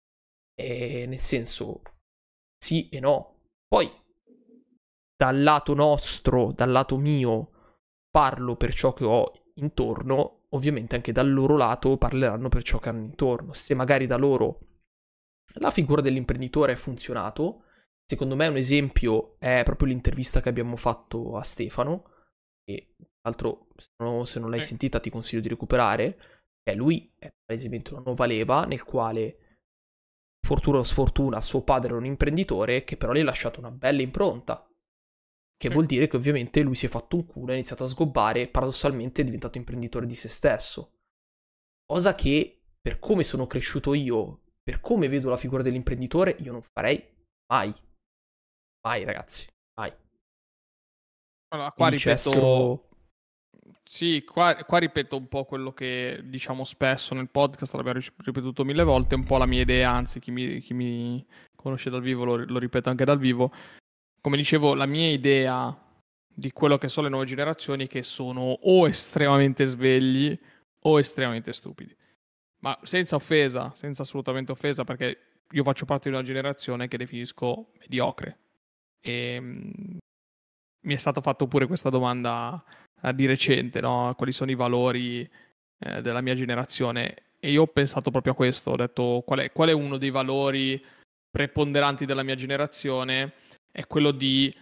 nel senso, sì e no. Poi, dal lato nostro, dal lato mio, parlo per ciò che ho intorno, ovviamente anche dal loro lato parleranno per ciò che hanno intorno. Se magari da loro la figura dell'imprenditore è funzionato, secondo me un esempio è proprio l'intervista che abbiamo fatto a Stefano, e tra l'altro se non l'hai sentita ti consiglio di recuperare, lui è palesemente una nuova leva nel quale, fortuna o sfortuna, suo padre era un imprenditore che però gli ha lasciato una bella impronta, che vuol dire che ovviamente lui si è fatto un culo, ha iniziato a sgobbare e paradossalmente è diventato imprenditore di se stesso. Cosa che, per come sono cresciuto io, per come vedo la figura dell'imprenditore, io non farei mai. Mai, ragazzi, mai. Allora, qua Mi dicessero... ripeto... Sì, qua ripeto un po' quello che diciamo spesso nel podcast, l'abbiamo ripetuto 1000 volte, un po' la mia idea, anzi chi mi conosce dal vivo lo ripeto anche dal vivo. Come dicevo, la mia idea di quello che sono le nuove generazioni è che sono o estremamente svegli o estremamente stupidi. Ma senza offesa, senza assolutamente offesa, perché io faccio parte di una generazione che definisco mediocre. E mi è stata fatta pure questa domanda di recente, no? Quali sono i valori della mia generazione? E io ho pensato proprio a questo, ho detto qual è uno dei valori preponderanti della mia generazione? È quello di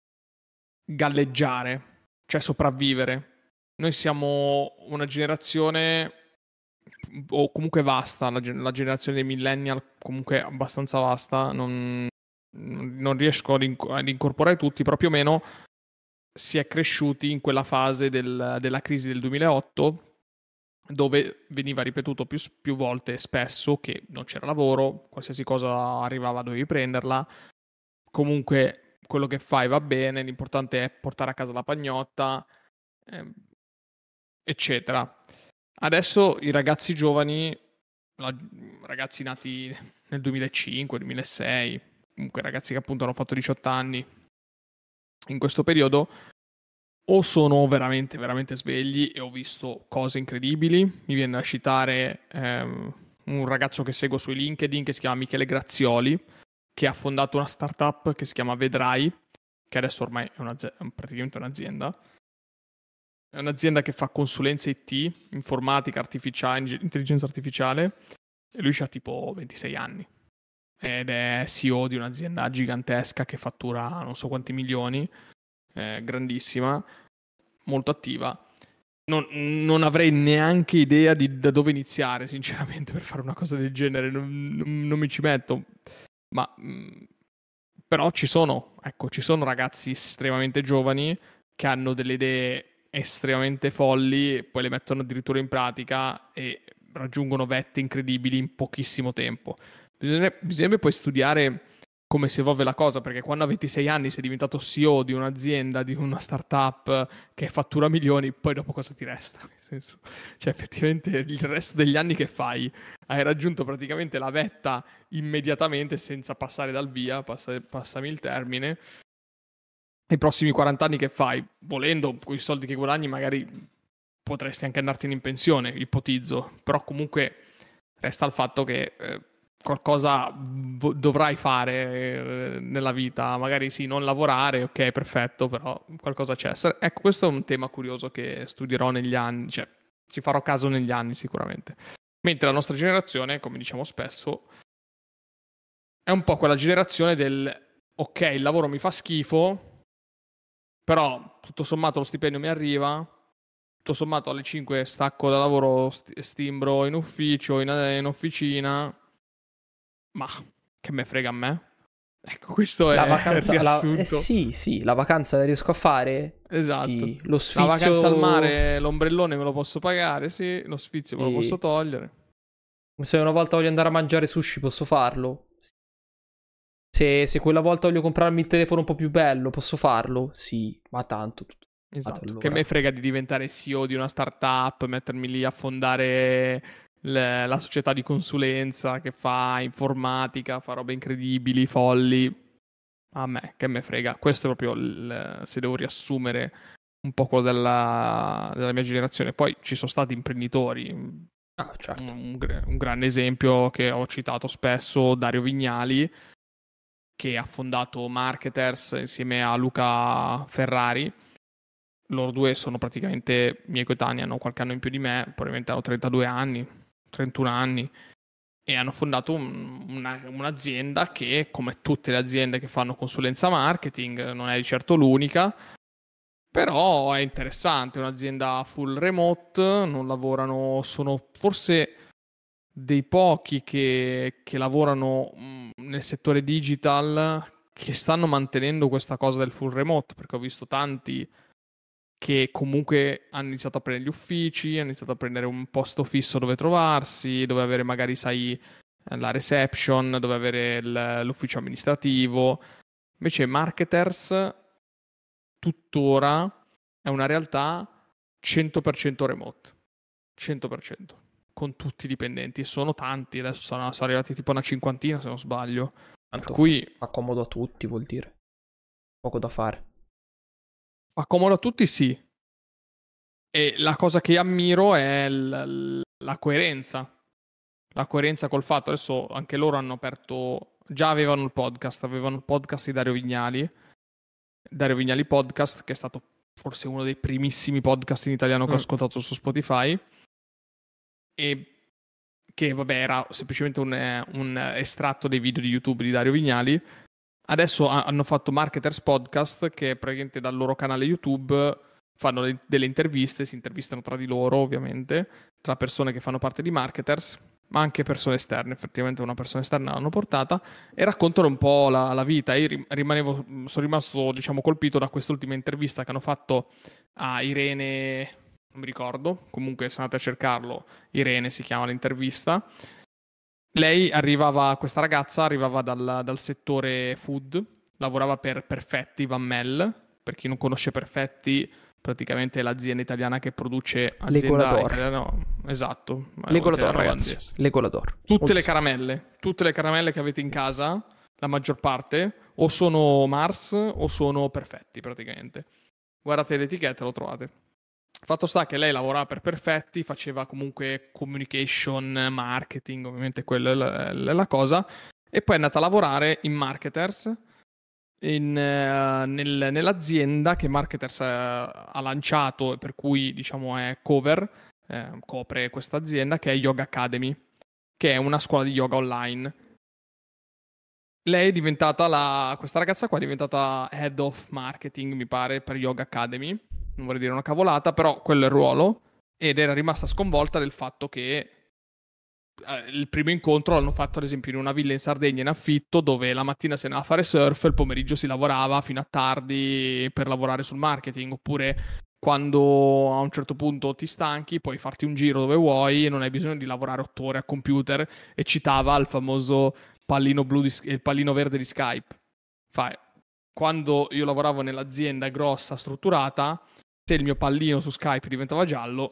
galleggiare, cioè sopravvivere. Noi siamo una generazione, o comunque vasta, la generazione dei millennial comunque abbastanza vasta, non riesco ad incorporare tutti, proprio meno si è cresciuti in quella fase della crisi del 2008, dove veniva ripetuto più volte e spesso che non c'era lavoro, qualsiasi cosa arrivava dovevi prenderla, comunque quello che fai va bene, l'importante è portare a casa la pagnotta, eccetera. Adesso i ragazzi giovani, ragazzi nati nel 2005, 2006, comunque ragazzi che appunto hanno fatto 18 anni, in questo periodo o sono veramente, veramente svegli e ho visto cose incredibili. Mi viene da citare un ragazzo che seguo su LinkedIn che si chiama Michele Grazioli, che ha fondato una startup che si chiama Vedrai, che adesso ormai è praticamente un'azienda. È un'azienda che fa consulenza IT, informatica, intelligenza artificiale, e lui ha tipo 26 anni. Ed è CEO di un'azienda gigantesca che fattura non so quanti milioni, grandissima, molto attiva. Non avrei neanche idea da dove iniziare, sinceramente, per fare una cosa del genere. Non mi ci metto. Ma però ci sono ragazzi estremamente giovani che hanno delle idee estremamente folli, poi le mettono addirittura in pratica e raggiungono vette incredibili in pochissimo tempo. Bisognerebbe poi studiare come si evolve la cosa, perché quando a 26 anni sei diventato CEO di un'azienda, di una startup che fattura milioni, poi dopo cosa ti resta? senso, cioè effettivamente il resto degli anni che fai? Hai raggiunto praticamente la vetta immediatamente senza passare dal via, passami il termine. I prossimi 40 anni che fai? Volendo, con i soldi che guadagni magari potresti anche andartene in pensione, ipotizzo, però comunque resta il fatto che qualcosa dovrai fare nella vita, magari sì, non lavorare, ok, perfetto, però qualcosa c'è. Ecco, questo è un tema curioso che studierò negli anni, cioè ci farò caso negli anni sicuramente. Mentre la nostra generazione, come diciamo spesso, è un po' quella generazione del ok, il lavoro mi fa schifo, però tutto sommato lo stipendio mi arriva, tutto sommato alle 5 stacco da lavoro, stimbro in ufficio, in officina, ma che me frega a me? Ecco, questo La è il vacanza, riassunto. sì, la vacanza la riesco a fare. Esatto. Sì, lo La vacanza al sfizio. mare, l'ombrellone me lo posso pagare, sì, lo sfizio me lo posso Sì. togliere. Se una volta voglio andare a mangiare sushi, posso farlo. Se quella volta voglio comprarmi il telefono un po' più bello, posso farlo? Sì, ma tanto. Tutto sommato, Esatto. Che allora. me frega di diventare CEO di una startup, mettermi lì a fondare la società di consulenza che fa informatica, fa robe incredibili, folli. A me, che me frega. Questo è proprio se devo riassumere un po' quello della mia generazione. Poi ci sono stati imprenditori. Ah, certo. Un grande esempio che ho citato spesso, Dario Vignali, che ha fondato Marketers insieme a Luca Ferrari. Loro due sono praticamente miei coetanei, hanno qualche anno in più di me, probabilmente hanno 32 anni, 31 anni, e hanno fondato un'azienda che, come tutte le aziende che fanno consulenza marketing, non è di certo l'unica, però è interessante, è un'azienda full remote, non lavorano, sono forse dei pochi che lavorano nel settore digital che stanno mantenendo questa cosa del full remote, perché ho visto tanti che comunque hanno iniziato a prendere gli uffici, hanno iniziato a prendere un posto fisso dove trovarsi, dove avere magari, sai, la reception, dove avere l'ufficio amministrativo. Invece Marketers tuttora è una realtà 100% remote, 100%, con tutti i dipendenti, e sono tanti, adesso sono arrivati tipo una cinquantina se non sbaglio, per Tanto cui fa comodo a tutti, vuol dire. Poco da fare. fa comodo a tutti, sì. E la cosa che ammiro è la coerenza. La coerenza col fatto, adesso anche loro hanno aperto, già avevano il podcast di Dario Vignali Podcast, che è stato forse uno dei primissimi podcast in italiano che ho ascoltato su Spotify, e che vabbè era semplicemente un estratto dei video di YouTube di Dario Vignali. Adesso hanno fatto Marketers Podcast, che praticamente dal loro canale YouTube fanno delle interviste, si intervistano tra di loro ovviamente, tra persone che fanno parte di Marketers, ma anche persone esterne, effettivamente una persona esterna l'hanno portata, e raccontano un po' la vita. Io sono rimasto, diciamo, colpito da quest'ultima intervista che hanno fatto a Irene, non mi ricordo, comunque se andate a cercarlo, Irene si chiama l'intervista. Questa ragazza arrivava dal settore food, lavorava per Perfetti Van Mel, per chi non conosce Perfetti, praticamente è l'azienda italiana che produce azienda Legolador. italiana, no, esatto, Legolador, italiana ragazzi. olandese. Legolador. Tutte le caramelle che avete in casa, la maggior parte, o sono Mars o sono Perfetti praticamente. Guardate l'etichetta e lo trovate. Fatto sta che lei lavorava per Perfetti, faceva comunque communication, marketing, ovviamente quella è la cosa, e poi è andata a lavorare in Marketers, nell'azienda che Marketers ha lanciato e per cui diciamo è copre questa azienda, che è Yoga Academy, che è una scuola di yoga online. Lei è diventata questa ragazza qua è diventata head of marketing, mi pare, per Yoga Academy. Non vorrei dire una cavolata, però quello è il ruolo. Ed era rimasta sconvolta del fatto che il primo incontro l'hanno fatto ad esempio in una villa in Sardegna in affitto, dove la mattina si andava a fare surf, il pomeriggio si lavorava fino a tardi per lavorare sul marketing, oppure quando a un certo punto ti stanchi puoi farti un giro dove vuoi e non hai bisogno di lavorare 8 ore a computer, e citava il famoso pallino blu il pallino verde di Skype. Quando io lavoravo nell'azienda grossa, strutturata, se il mio pallino su Skype diventava giallo,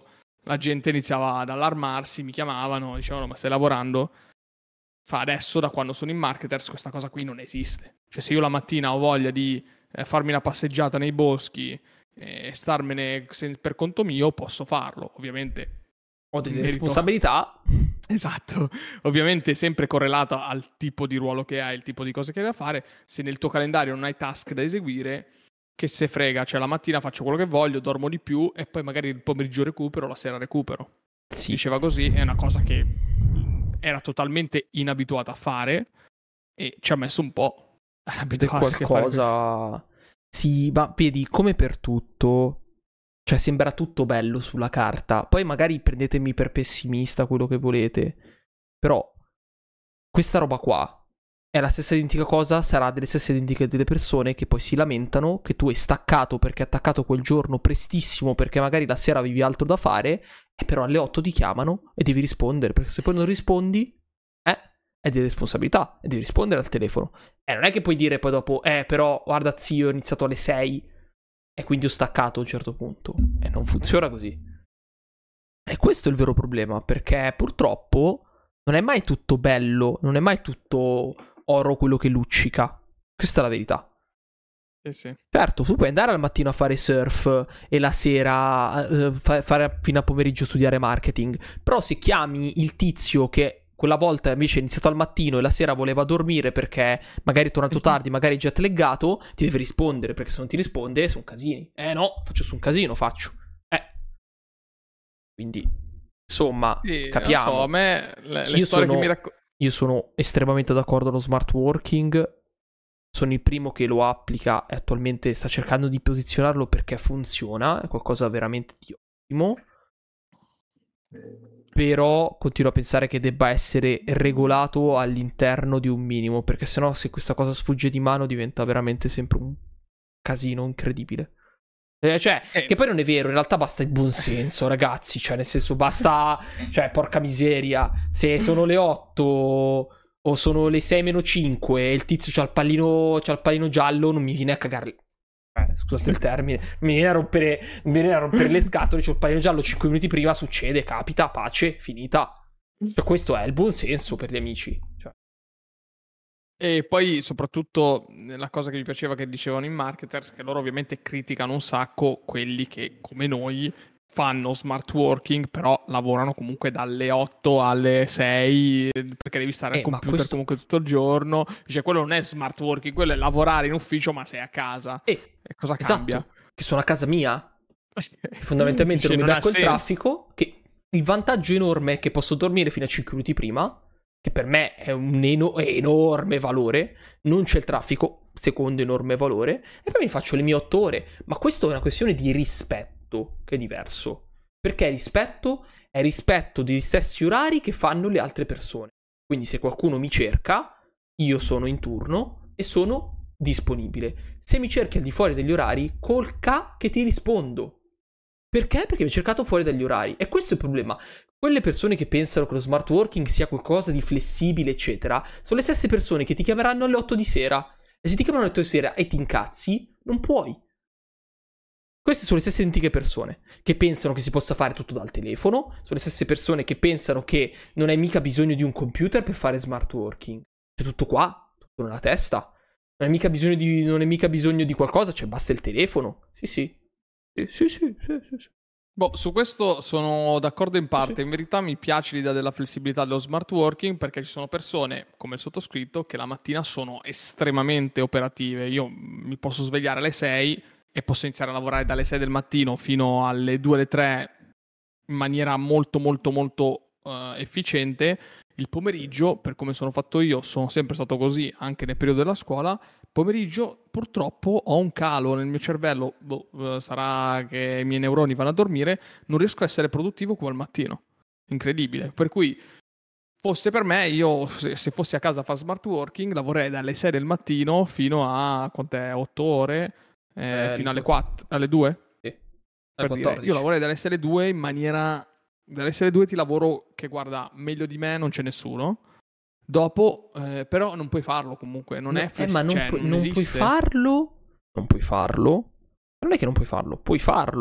la gente iniziava ad allarmarsi, mi chiamavano, dicevano ma stai lavorando? Fa adesso da quando sono in marketers questa cosa qui non esiste. Cioè se io la mattina ho voglia di farmi una passeggiata nei boschi e starmene per conto mio, posso farlo. Ovviamente ho delle responsabilità. Esatto, ovviamente sempre correlato al tipo di ruolo che hai, il tipo di cose che hai da fare. Se nel tuo calendario non hai task da eseguire, che se frega, cioè la mattina faccio quello che voglio, dormo di più e poi magari il pomeriggio recupero, la sera recupero. Sì. Diceva così, è una cosa che era totalmente inabituata a fare e ci ha messo un po' ad abituarsi a fare questo. Sì, ma vedi, come per tutto, cioè sembra tutto bello sulla carta, poi magari prendetemi per pessimista, quello che volete, però questa roba qua è la stessa identica cosa, sarà delle stesse identiche delle persone che poi si lamentano che tu hai staccato perché hai attaccato quel giorno prestissimo perché magari la sera avevi altro da fare e però alle 8 ti chiamano e devi rispondere, perché se poi non rispondi è di responsabilità e devi rispondere al telefono. Non è che puoi dire poi dopo però guarda zio, ho iniziato alle 6 e quindi ho staccato a un certo punto. Non funziona così. E questo è il vero problema, perché purtroppo non è mai tutto bello, non è mai tutto oro quello che luccica. Questa è la verità. Sì. Certo, tu puoi andare al mattino a fare surf e la sera fare fino a pomeriggio studiare marketing, però se chiami il tizio che quella volta invece è iniziato al mattino e la sera voleva dormire perché magari è tornato tardi, magari jet laggato, ti deve rispondere, perché se non ti risponde sono casini. No, faccio su un casino, faccio. Quindi, insomma, sì, capiamo. Non so, a me le storie che mi racconto... Io sono estremamente d'accordo allo smart working. Sono il primo che lo applica e attualmente sta cercando di posizionarlo perché funziona. È qualcosa veramente di ottimo. Però continuo a pensare che debba essere regolato all'interno di un minimo, perché sennò se questa cosa sfugge di mano diventa veramente sempre un casino incredibile. Che poi non è vero, in realtà basta il buon senso, ragazzi, cioè nel senso basta, cioè porca miseria, se sono le 8 o sono le 6 meno 5 e il tizio c'ha il pallino giallo, non mi viene a cagare. Scusate il termine, mi viene a rompere le scatole, c'ho il pallino giallo 5 minuti prima, succede, capita, pace, finita. Cioè, questo è il buon senso per gli amici, cioè. E poi soprattutto la cosa che mi piaceva che dicevano in marketers, che loro ovviamente criticano un sacco quelli che come noi fanno smart working, però lavorano comunque dalle 8 alle 6 perché devi stare al computer comunque tutto il giorno. Dice quello non è smart working, quello è lavorare in ufficio ma sei a casa. E cosa cambia? Esatto, che sono a casa mia, fondamentalmente non mi becco il traffico, che il vantaggio enorme è che posso dormire fino a 5 minuti prima, che per me è un enorme valore, non c'è il traffico, secondo enorme valore, e poi mi faccio le mie 8 ore. Ma questo è una questione di rispetto, che è diverso. Perché rispetto è rispetto degli stessi orari che fanno le altre persone. Quindi se qualcuno mi cerca, io sono in turno e sono disponibile. Se mi cerchi al di fuori degli orari, col che ti rispondo. Perché? Perché mi hai cercato fuori dagli orari. E questo è il problema. Quelle persone che pensano che lo smart working sia qualcosa di flessibile, eccetera, sono le stesse persone che ti chiameranno alle 8 di sera. E se ti chiamano alle 8 di sera e ti incazzi, non puoi. Queste sono le stesse identiche persone che pensano che si possa fare tutto dal telefono, sono le stesse persone che pensano che non hai mica bisogno di un computer per fare smart working. C'è tutto qua, tutto nella testa. Non hai mica bisogno di qualcosa, cioè basta il telefono. Sì. Boh, su questo sono d'accordo in parte. Sì. In verità mi piace l'idea della flessibilità dello smart working perché ci sono persone, come il sottoscritto, che la mattina sono estremamente operative. Io mi posso svegliare alle 6 e posso iniziare a lavorare dalle 6 del mattino fino alle 2 alle 3 in maniera molto efficiente. Il pomeriggio, per come sono fatto io, sono sempre stato così anche nel periodo della scuola. Pomeriggio purtroppo ho un calo nel mio cervello, sarà che i miei neuroni vanno a dormire, non riesco a essere produttivo come al mattino. Incredibile. Per cui fosse per me, io se fossi a casa a fare smart working, lavorerei dalle 6 del mattino fino a quant'è? 8 ore, fino alle 4, alle 2? Sì. Per dire, io lavorerei dalle 6 alle 2 in maniera... Dalle 6 alle 2 ti lavoro che guarda, meglio di me non c'è nessuno. Dopo, però non puoi farlo comunque, non è flessibile. Ma non puoi farlo. Non puoi farlo. Non è che non puoi farlo, puoi farlo.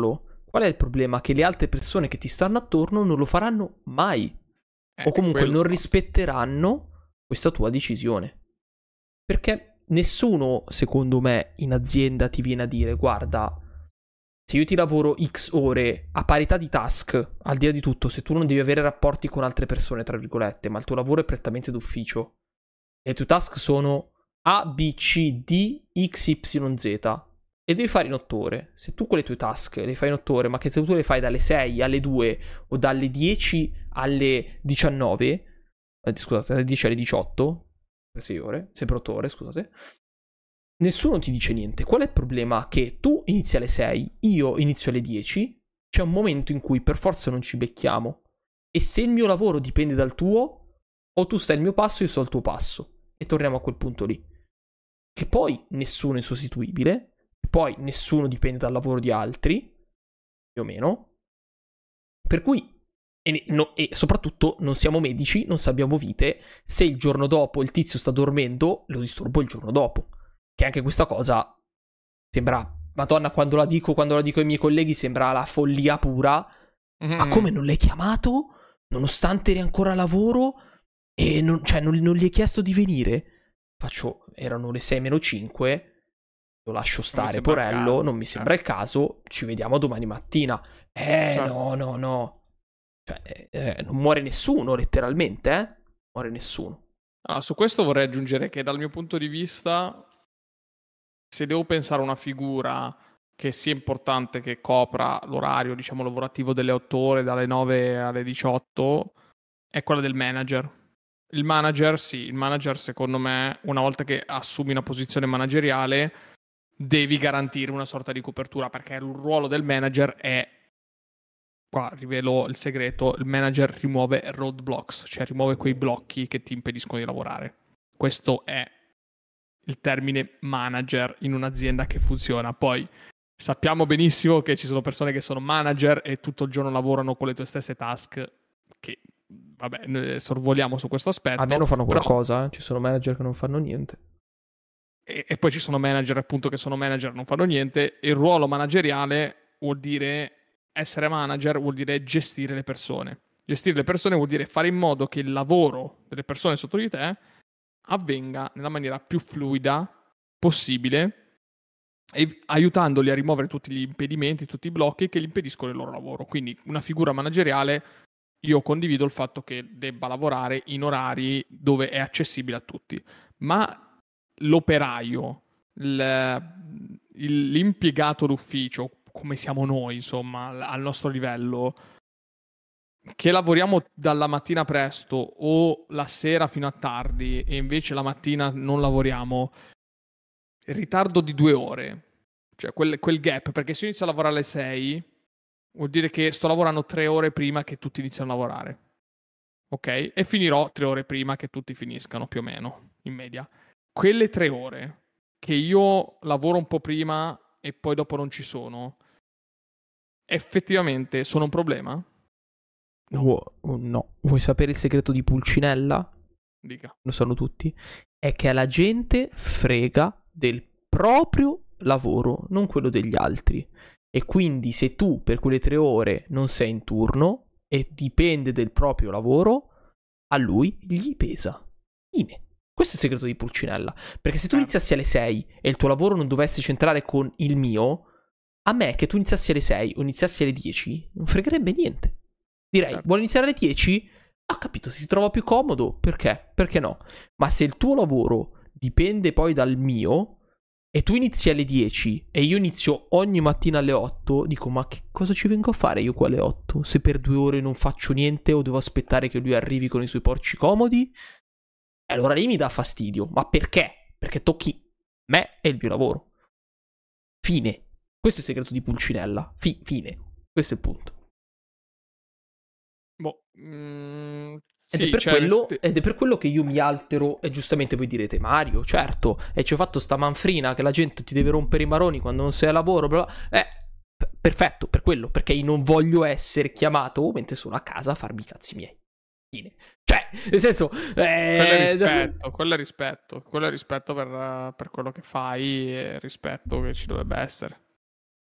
Qual è il problema? Che le altre persone che ti stanno attorno non lo faranno mai. O comunque quello non no. rispetteranno questa tua decisione. Perché nessuno, secondo me, in azienda ti viene a dire: guarda, se io ti lavoro X ore a parità di task, al di là di tutto, se tu non devi avere rapporti con altre persone, tra virgolette, ma il tuo lavoro è prettamente d'ufficio, e le tue task sono A, B, C, D, X, Y, Z, e devi fare in 8 ore. Se tu quelle tue task le fai in 8 ore, ma che se tu le fai dalle 6 alle 2 o dalle 10 alle 19, scusate, dalle 10 alle 18, per 6 ore, sempre 8 ore, scusate, nessuno ti dice niente. Qual è il problema? Che tu inizi alle 6, io inizio alle 10, c'è un momento in cui per forza non ci becchiamo. E se il mio lavoro dipende dal tuo, o tu stai al mio passo, io sto al tuo passo. E torniamo a quel punto lì. Che poi nessuno è sostituibile, poi nessuno dipende dal lavoro di altri, più o meno. Per cui, e soprattutto, non siamo medici, non sappiamo vite. Se il giorno dopo il tizio sta dormendo, lo disturbo il giorno dopo. Che anche questa cosa sembra, Madonna, quando la dico ai miei colleghi sembra la follia pura. Ma come non l'hai chiamato? Nonostante eri ancora a lavoro? E non gli hai chiesto di venire? Erano le 6 meno 5. Lo lascio stare, porello, non mi sembra il caso. Ci vediamo domani mattina. Certo. No. Cioè, non muore nessuno, letteralmente, Muore nessuno. Allora, su questo vorrei aggiungere che dal mio punto di vista, se devo pensare a una figura che sia importante, che copra l'orario, diciamo, lavorativo delle 8 ore, dalle 9 alle 18, è quella del manager. Il manager, secondo me, una volta che assumi una posizione manageriale, devi garantire una sorta di copertura, perché il ruolo del manager è, qua rivelo il segreto, il manager rimuove roadblocks, cioè rimuove quei blocchi che ti impediscono di lavorare. Questo è il termine manager in un'azienda che funziona. Poi sappiamo benissimo che ci sono persone che sono manager e tutto il giorno lavorano con le tue stesse task, che vabbè, sorvoliamo su questo aspetto. Almeno fanno qualcosa, Ci sono manager che non fanno niente. E poi ci sono manager appunto che sono manager e non fanno niente. Il ruolo manageriale vuol dire essere manager, vuol dire gestire le persone. Gestire le persone vuol dire fare in modo che il lavoro delle persone sotto di te avvenga nella maniera più fluida possibile, e aiutandoli a rimuovere tutti gli impedimenti, tutti i blocchi che gli impediscono il loro lavoro. Quindi una figura manageriale, io condivido il fatto che debba lavorare in orari dove è accessibile a tutti, ma l'operaio, l'impiegato d'ufficio, come siamo noi, insomma, al nostro livello, che lavoriamo dalla mattina presto o la sera fino a tardi e invece la mattina non lavoriamo, il ritardo di 2 ore, cioè quel gap, perché se io inizio a lavorare alle 6 vuol dire che sto lavorando 3 ore prima che tutti iniziano a lavorare, ok? E finirò 3 ore prima che tutti finiscano, più o meno, in media. Quelle 3 ore che io lavoro un po' prima e poi dopo non ci sono, effettivamente sono un problema? No. Vuoi sapere il segreto di Pulcinella? Dica. Lo sanno tutti. È che alla gente frega del proprio lavoro, non quello degli altri. E quindi se tu per quelle 3 ore non sei in turno e dipende del proprio lavoro, a lui gli pesa. Fine. Questo è il segreto di Pulcinella. Perché se tu iniziassi alle 6 e il tuo lavoro non dovesse centrare con il mio, a me che tu iniziassi alle 6 o iniziassi alle 10 non fregherebbe niente. Direi, vuole iniziare alle 10? Ho capito, se si trova più comodo, perché? Perché no? Ma se il tuo lavoro dipende poi dal mio e tu inizi alle 10 e io inizio ogni mattina alle 8, dico, ma che cosa ci vengo a fare io qua alle 8? Se per 2 ore non faccio niente o devo aspettare che lui arrivi con i suoi porci comodi? Allora lì mi dà fastidio. Ma perché? Perché tocchi me e il mio lavoro. Fine. Questo è il segreto di Pulcinella. Fine. Questo è il punto. Sì, ed è per quello che io mi altero. E giustamente voi direte, Mario, certo, e ci ho fatto sta manfrina che la gente ti deve rompere i maroni quando non sei a lavoro, bla bla. Perfetto, per quello, perché io non voglio essere chiamato mentre sono a casa a farmi i cazzi miei. Fine. Cioè, nel senso, quello è rispetto per quello che fai, e rispetto che ci dovrebbe essere.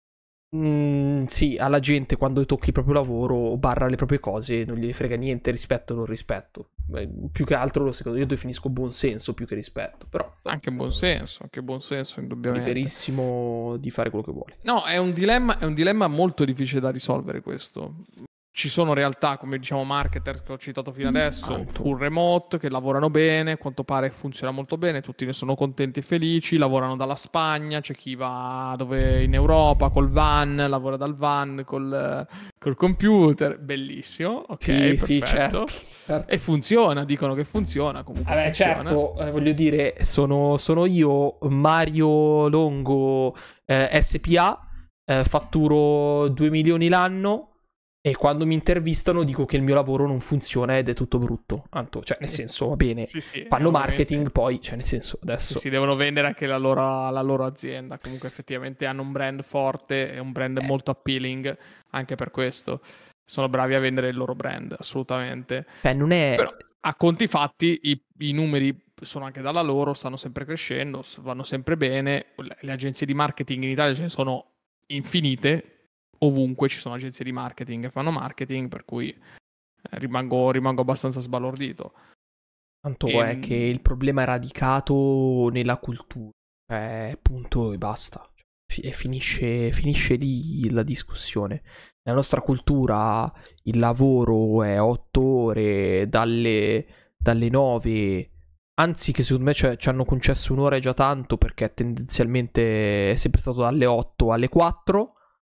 Sì, alla gente quando tocchi il proprio lavoro o barra le proprie cose non gli frega niente rispetto o non rispetto. Più che altro, secondo me, io definisco buon senso più che rispetto, però Anche buon senso, indubbiamente. liberissimo di fare quello che vuole. No, è un dilemma molto difficile da risolvere questo. Ci sono realtà, come diciamo marketer che ho citato fino adesso, Tanto. full remote, che lavorano bene, a quanto pare funziona molto bene, tutti ne sono contenti e felici, lavorano dalla Spagna, c'è chi va dove in Europa col van, lavora dal van col computer, bellissimo, ok, Sì, sì, perfetto. certo, E certo. funziona, dicono che funziona, comunque Vabbè, funziona. certo, voglio dire, sono io, Mario Longo, SPA, fatturo 2 milioni l'anno e quando mi intervistano dico che il mio lavoro non funziona ed è tutto brutto. Tanto, cioè, nel senso, va bene, Sì, sì, fanno ovviamente. marketing poi, cioè, nel senso, Sì, adesso... sì, devono vendere anche la loro azienda. Comunque, effettivamente hanno un brand forte e un brand eh, molto appealing anche per questo. Sono bravi a vendere il loro brand, assolutamente. cioè, non è... Però, a conti fatti, i numeri sono anche dalla loro, stanno sempre crescendo, vanno sempre bene. Le agenzie di marketing in Italia ce ne sono infinite. Ovunque ci sono agenzie di marketing che fanno marketing, per cui rimango abbastanza sbalordito. Tanto è che Ehm, il problema è radicato nella cultura, punto e basta. E finisce lì la discussione. Nella nostra cultura il lavoro è 8 ore dalle 9, anzi che secondo me ci hanno concesso un'ora è già tanto perché tendenzialmente è sempre stato dalle 8 alle 4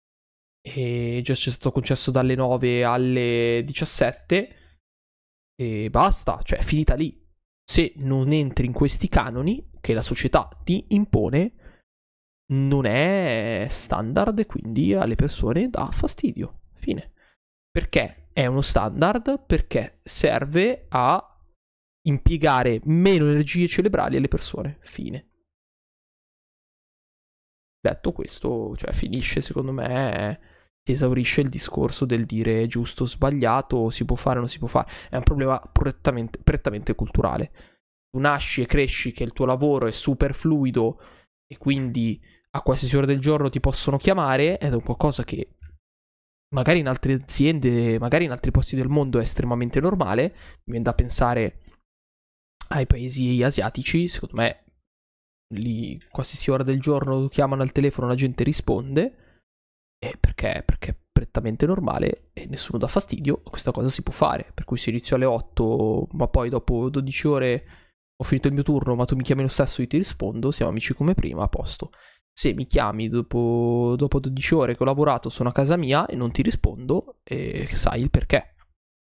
e già ci è stato concesso dalle 9 alle 17 e basta, cioè è finita lì. Se non entri in questi canoni che la società ti impone, non è standard e quindi alle persone dà fastidio. Fine. Perché è uno standard? Perché serve a impiegare meno energie cerebrali alle persone. Fine. Detto questo, cioè finisce secondo me, si esaurisce il discorso del dire giusto o sbagliato, si può fare o non si può fare. È un problema prettamente culturale. Tu nasci e cresci che il tuo lavoro è super fluido e quindi a qualsiasi ora del giorno ti possono chiamare ed è un qualcosa che magari in altre aziende, magari in altri posti del mondo è estremamente normale. Mi viene da pensare ai paesi asiatici, secondo me lì qualsiasi ora del giorno chiamano al telefono, la gente risponde, perché è prettamente normale e nessuno dà fastidio, questa cosa si può fare, per cui se inizio alle 8, ma poi dopo 12 ore ho finito il mio turno, ma tu mi chiami lo stesso, io ti rispondo, siamo amici come prima, a posto. Se mi chiami dopo 12 ore che ho lavorato, sono a casa mia e non ti rispondo, e sai il perché.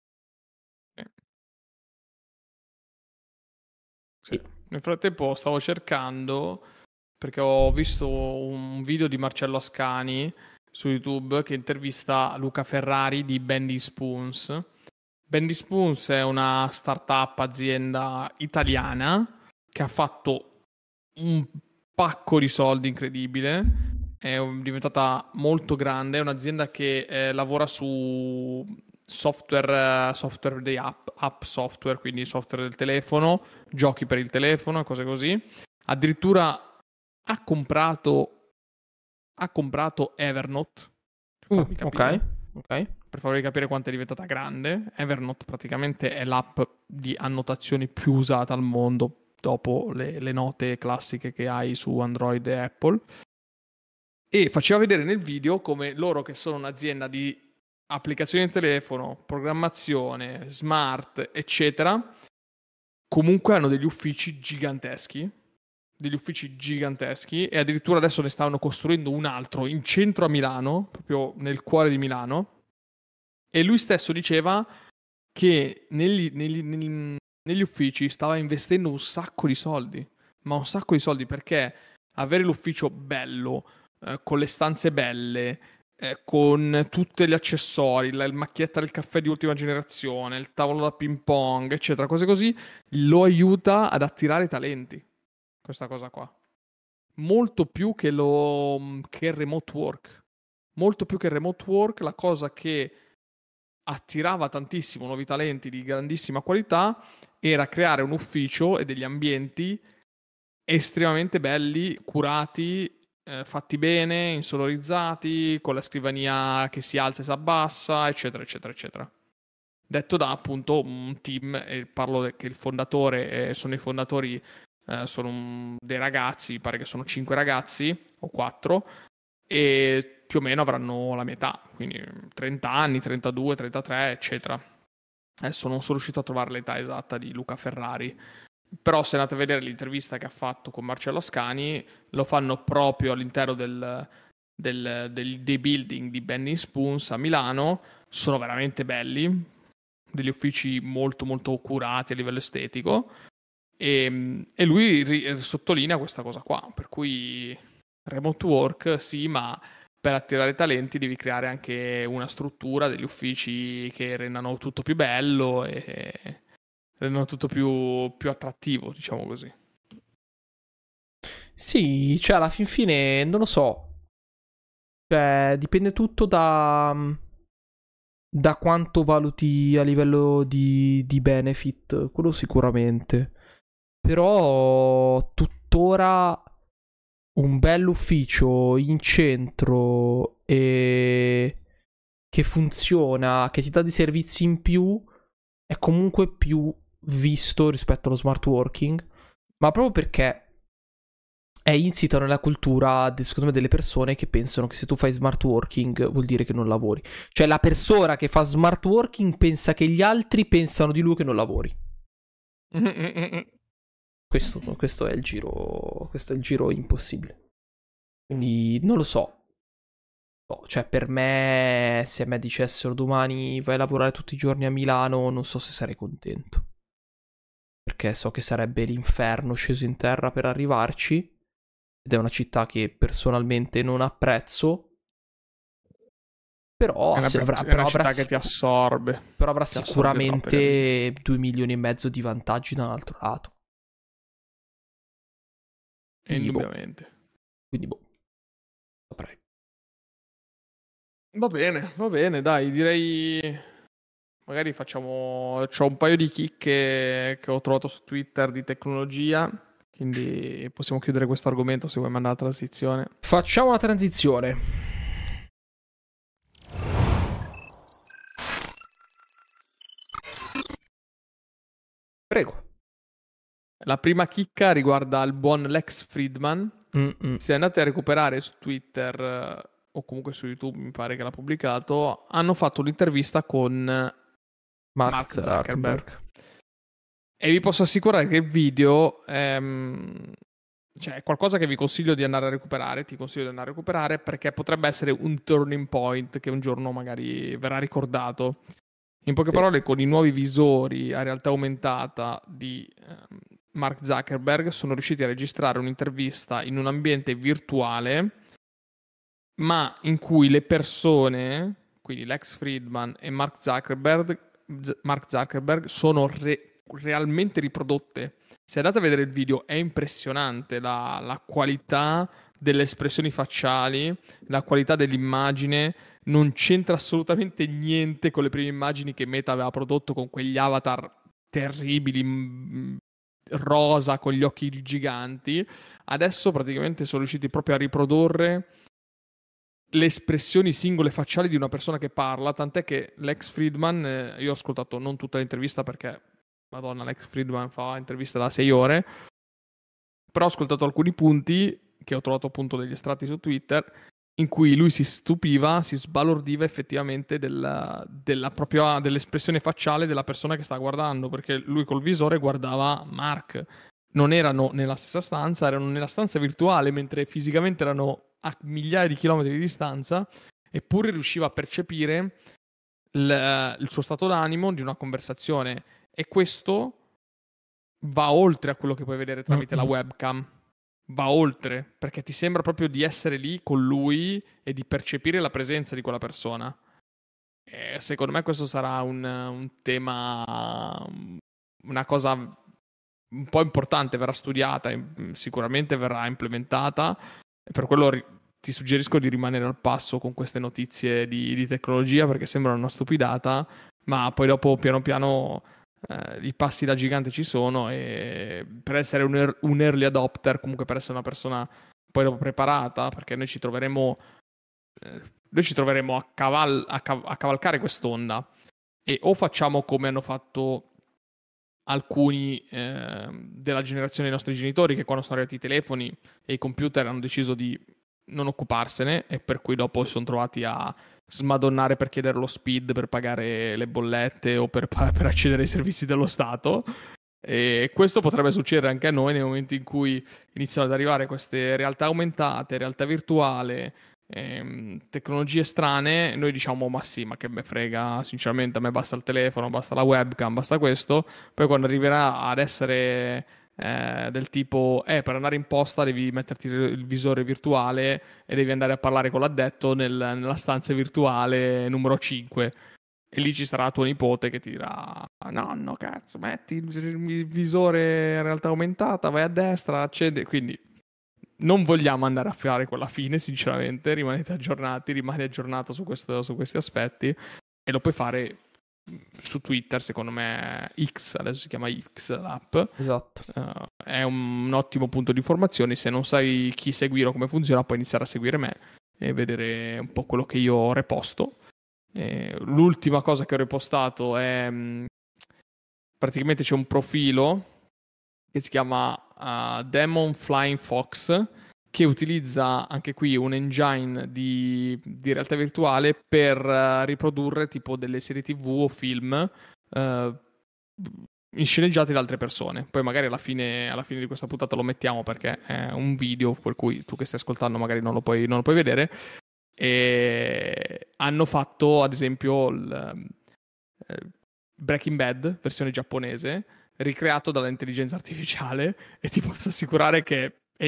Sì. E Nel frattempo stavo cercando, perché ho visto un video di Marcello Ascani su YouTube che intervista Luca Ferrari di Bendy Spoons. Bendy Spoons è una startup azienda italiana che ha fatto un pacco di soldi incredibile. Diventata molto grande, è un'azienda che lavora su software di app software, quindi software del telefono, giochi per il telefono, cose così. Addirittura ha comprato, ha comprato Evernote, ok, ok. per farvi capire quanto è diventata grande. Evernote praticamente è l'app di annotazioni più usata al mondo dopo le note classiche che hai su Android e Apple. E faceva vedere nel video come loro, che sono un'azienda di applicazioni di telefono, programmazione, smart, eccetera, comunque hanno degli uffici giganteschi e addirittura adesso ne stanno costruendo un altro in centro a Milano, proprio nel cuore di Milano. E lui stesso diceva che negli uffici stava investendo un sacco di soldi, ma un sacco di soldi perché avere l'ufficio bello, con le stanze belle, con tutti gli accessori, la macchietta del caffè di ultima generazione, il tavolo da ping pong, eccetera, cose così, lo aiuta ad attirare talenti. Questa cosa qua. Molto più che il remote work. Molto più che il remote work, la cosa che attirava tantissimo nuovi talenti di grandissima qualità era creare un ufficio e degli ambienti estremamente belli, curati, fatti bene, insonorizzati, con la scrivania che si alza e si abbassa, eccetera, eccetera, eccetera. Detto da appunto un team, e parlo che il fondatore, sono i fondatori, sono dei ragazzi, mi pare che sono 5 ragazzi o 4, e più o meno avranno la metà, quindi 30 anni, 32, 33, eccetera. Adesso non sono riuscito a trovare l'età esatta di Luca Ferrari, però se andate a vedere l'intervista che ha fatto con Marcello Ascani, lo fanno proprio all'interno dei building di Benny Spoons a Milano, sono veramente belli, degli uffici molto molto curati a livello estetico, e lui sottolinea questa cosa qua, per cui remote work sì, ma per attirare talenti devi creare anche una struttura, degli uffici che rendano tutto più bello e rendono tutto più attrattivo, diciamo così. Sì, cioè alla fin fine non lo so. Cioè, dipende tutto da quanto valuti a livello di benefit, quello sicuramente. Però tuttora un bell'ufficio in centro e che funziona, che ti dà dei servizi in più, è comunque più visto rispetto allo smart working, ma proprio perché è insito nella cultura, secondo me, delle persone che pensano che se tu fai smart working vuol dire che non lavori. Cioè la persona che fa smart working pensa che gli altri pensano di lui che non lavori. Questo è il giro impossibile. Quindi non lo so. Cioè per me, se a me dicessero domani vai a lavorare tutti i giorni a Milano, non so se sarei contento. Perché so che sarebbe l'inferno sceso in terra per arrivarci. Ed è una città che personalmente non apprezzo. Però, È una città che ti assorbe. però avrà Ti assorbe troppe energie. sicuramente 2 milioni e mezzo di vantaggi dall'altro lato. Quindi boh. Indubbiamente. Saprei. Va bene, dai, direi magari facciamo. C'ho un paio di chicche che ho trovato su Twitter di tecnologia, quindi possiamo chiudere questo argomento se vuoi mandare la transizione. Facciamo la transizione. Prego. La prima chicca riguarda il buon Lex Friedman. Se andate a recuperare su Twitter o comunque su YouTube, mi pare che l'ha pubblicato, hanno fatto un'intervista con Mark Zuckerberg. E vi posso assicurare che il video cioè, è qualcosa che vi consiglio di andare a recuperare, ti consiglio di andare a recuperare, perché potrebbe essere un turning point che un giorno magari verrà ricordato. In poche parole, con i nuovi visori a realtà aumentata di Mark Zuckerberg sono riusciti a registrare un'intervista in un ambiente virtuale, ma in cui le persone, quindi Lex Friedman e Mark Zuckerberg sono realmente riprodotte. Se andate a vedere il video è impressionante la qualità delle espressioni facciali, la qualità dell'immagine. Non c'entra assolutamente niente con le prime immagini che Meta aveva prodotto con quegli avatar terribili, rosa, con gli occhi giganti. Adesso praticamente sono riusciti proprio a riprodurre le espressioni singole facciali di una persona che parla, tant'è che Lex Friedman, io ho ascoltato non tutta l'intervista perché, madonna, Lex Friedman fa interviste da 6 ore, però ho ascoltato alcuni punti che ho trovato appunto degli estratti su Twitter in cui lui si stupiva, si sbalordiva effettivamente dell'espressione facciale della persona che sta guardando, perché lui col visore guardava Mark. Non erano nella stessa stanza, erano nella stanza virtuale, mentre fisicamente erano a migliaia di chilometri di distanza, eppure riusciva a percepire il suo stato d'animo di una conversazione. E questo va oltre a quello che puoi vedere tramite la webcam. Va oltre, perché ti sembra proprio di essere lì con lui e di percepire la presenza di quella persona. E secondo me questo sarà un tema, una cosa un po' importante, verrà studiata, sicuramente verrà implementata, e per quello ti suggerisco di rimanere al passo con queste notizie di tecnologia, perché sembrano una stupidata, ma poi dopo piano piano i passi da gigante ci sono, e per essere un early adopter, comunque per essere una persona poi dopo preparata, perché noi ci troveremo a cavalcare quest'onda, e o facciamo come hanno fatto alcuni della generazione dei nostri genitori, che quando sono arrivati i telefoni e i computer hanno deciso di non occuparsene, e per cui dopo si sono trovati a smadonnare per chiedere lo speed per pagare le bollette o per accedere ai servizi dello Stato. E questo potrebbe succedere anche a noi nel momento in cui iniziano ad arrivare queste realtà aumentate, realtà virtuale, tecnologie strane. Noi diciamo ma sì, ma che me frega, sinceramente a me basta il telefono, basta la webcam, basta questo. Poi quando arriverà ad essere del tipo per andare in posta devi metterti il visore virtuale e devi andare a parlare con l'addetto nella stanza virtuale numero 5, e lì ci sarà tuo nipote che ti dirà nonno cazzo metti il visore in realtà aumentata, vai a destra, accende. Quindi non vogliamo andare a fare quella fine, sinceramente. Rimanete aggiornati, rimani aggiornato su questi aspetti, e lo puoi fare su Twitter, secondo me X, adesso si chiama X l'app. Esatto. È un ottimo punto di informazione. Se non sai chi seguire o come funziona, puoi iniziare a seguire me e vedere un po' quello che io reposto. L'ultima cosa che ho repostato è praticamente c'è un profilo che si chiama Demon Flying Fox, che utilizza anche qui un engine di realtà virtuale per riprodurre tipo delle serie TV o film sceneggiati da altre persone. Poi magari alla fine di questa puntata lo mettiamo, perché è un video per cui tu che stai ascoltando magari non lo puoi vedere. E hanno fatto ad esempio Breaking Bad versione giapponese ricreato dall'intelligenza artificiale, e ti posso assicurare che è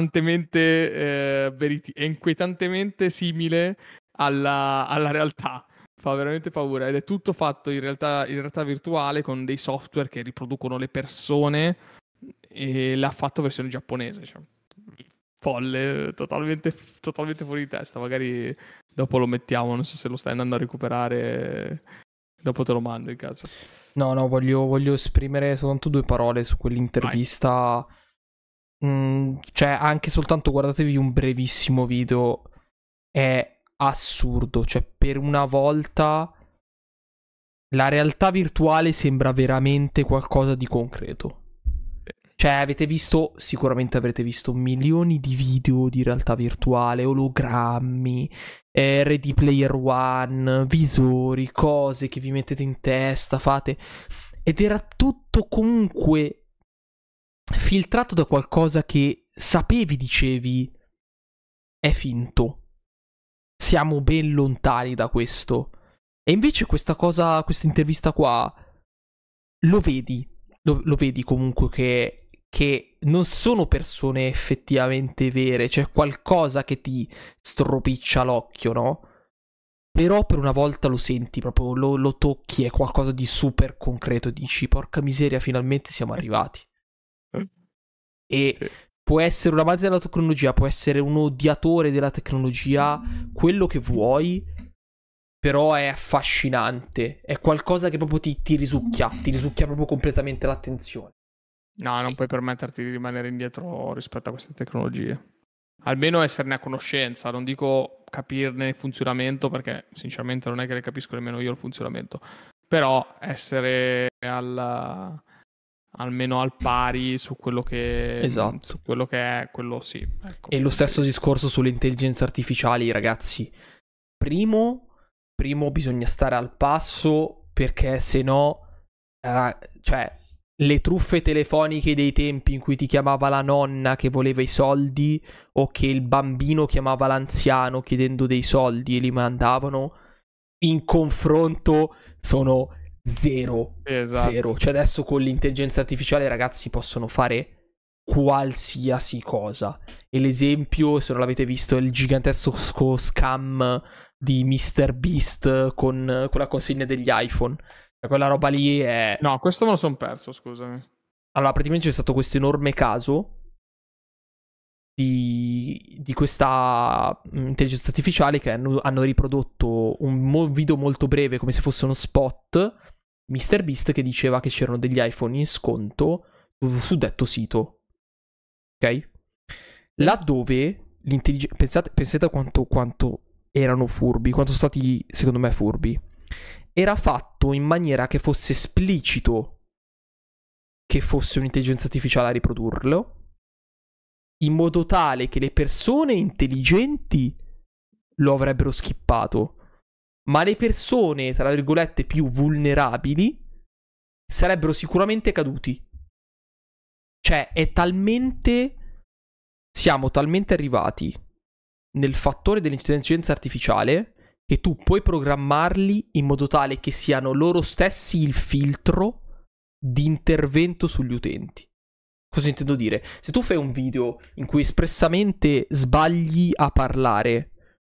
inquietantemente simile alla realtà. Fa veramente paura, ed è tutto fatto in realtà virtuale con dei software che riproducono le persone, e l'ha fatto versione giapponese, cioè, folle, totalmente fuori di testa. Magari dopo lo mettiamo, non so se lo stai andando a recuperare, dopo te lo mando in caso. No, voglio esprimere soltanto 2 parole su quell'intervista. Cioè, anche soltanto guardatevi un brevissimo video. È assurdo. Cioè, per una volta la realtà virtuale sembra veramente qualcosa di concreto. Cioè, sicuramente avrete visto milioni di video di realtà virtuale, ologrammi, Ready Player One, visori, cose che vi mettete in testa, fate. Ed era tutto comunque filtrato da qualcosa che dicevi, è finto. Siamo ben lontani da questo. E invece questa intervista qua, lo vedi comunque che non sono persone effettivamente vere, c'è qualcosa che ti stropiccia l'occhio, no? Però per una volta lo senti, proprio lo tocchi, è qualcosa di super concreto, dici porca miseria, finalmente siamo arrivati. E sì, può essere un amante della tecnologia, può essere un odiatore della tecnologia, quello che vuoi, però è affascinante, è qualcosa che proprio ti risucchia proprio completamente l'attenzione. No, non puoi permetterti di rimanere indietro rispetto a queste tecnologie. Almeno esserne a conoscenza, non dico capirne il funzionamento, perché sinceramente non è che ne capisco nemmeno io il funzionamento, però essere almeno al pari su quello che, esatto, su quello che è, quello sì. Ecco. E lo stesso discorso sulle intelligenze artificiali, ragazzi. Primo bisogna stare al passo, perché se no, cioè, le truffe telefoniche dei tempi in cui ti chiamava la nonna che voleva i soldi, o che il bambino chiamava l'anziano chiedendo dei soldi e li mandavano, in confronto sono zero. Esatto. Zero. Cioè adesso con l'intelligenza artificiale, ragazzi, possono fare qualsiasi cosa. E l'esempio, se non l'avete visto, è il gigantesco scam di MrBeast con la consegna degli iPhone. Quella roba lì è... No, questo me lo son perso, scusami. Allora, praticamente c'è stato questo enorme caso di questa intelligenza artificiale che hanno riprodotto un video molto breve, come se fosse uno spot, MrBeast, che diceva che c'erano degli iPhone in sconto su detto sito. Ok? Laddove pensate a quanto erano furbi, quanto sono stati, secondo me, furbi. Era fatto in maniera che fosse esplicito che fosse un'intelligenza artificiale a riprodurlo, in modo tale che le persone intelligenti lo avrebbero skippato, ma le persone, tra virgolette, più vulnerabili sarebbero sicuramente caduti. Cioè, siamo talmente arrivati nel fattore dell'intelligenza artificiale che tu puoi programmarli in modo tale che siano loro stessi il filtro di intervento sugli utenti. Cosa intendo dire? Se tu fai un video in cui espressamente sbagli a parlare,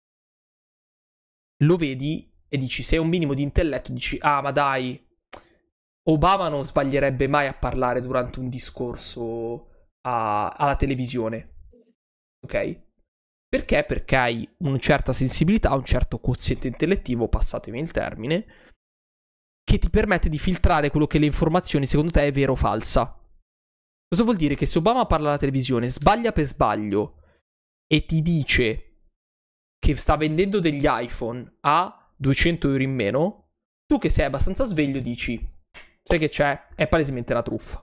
lo vedi e dici, se hai un minimo di intelletto, dici, ah, ma dai, Obama non sbaglierebbe mai a parlare durante un discorso alla televisione. Ok? Perché? Perché hai una certa sensibilità, un certo quoziente intellettivo, passatemi il termine, che ti permette di filtrare quello che le informazioni secondo te è vero o falsa. Cosa vuol dire? Che se Obama parla alla televisione, sbaglia per sbaglio e ti dice che sta vendendo degli iPhone a 200 euro in meno, tu che sei abbastanza sveglio dici, sai che c'è? È palesemente una truffa.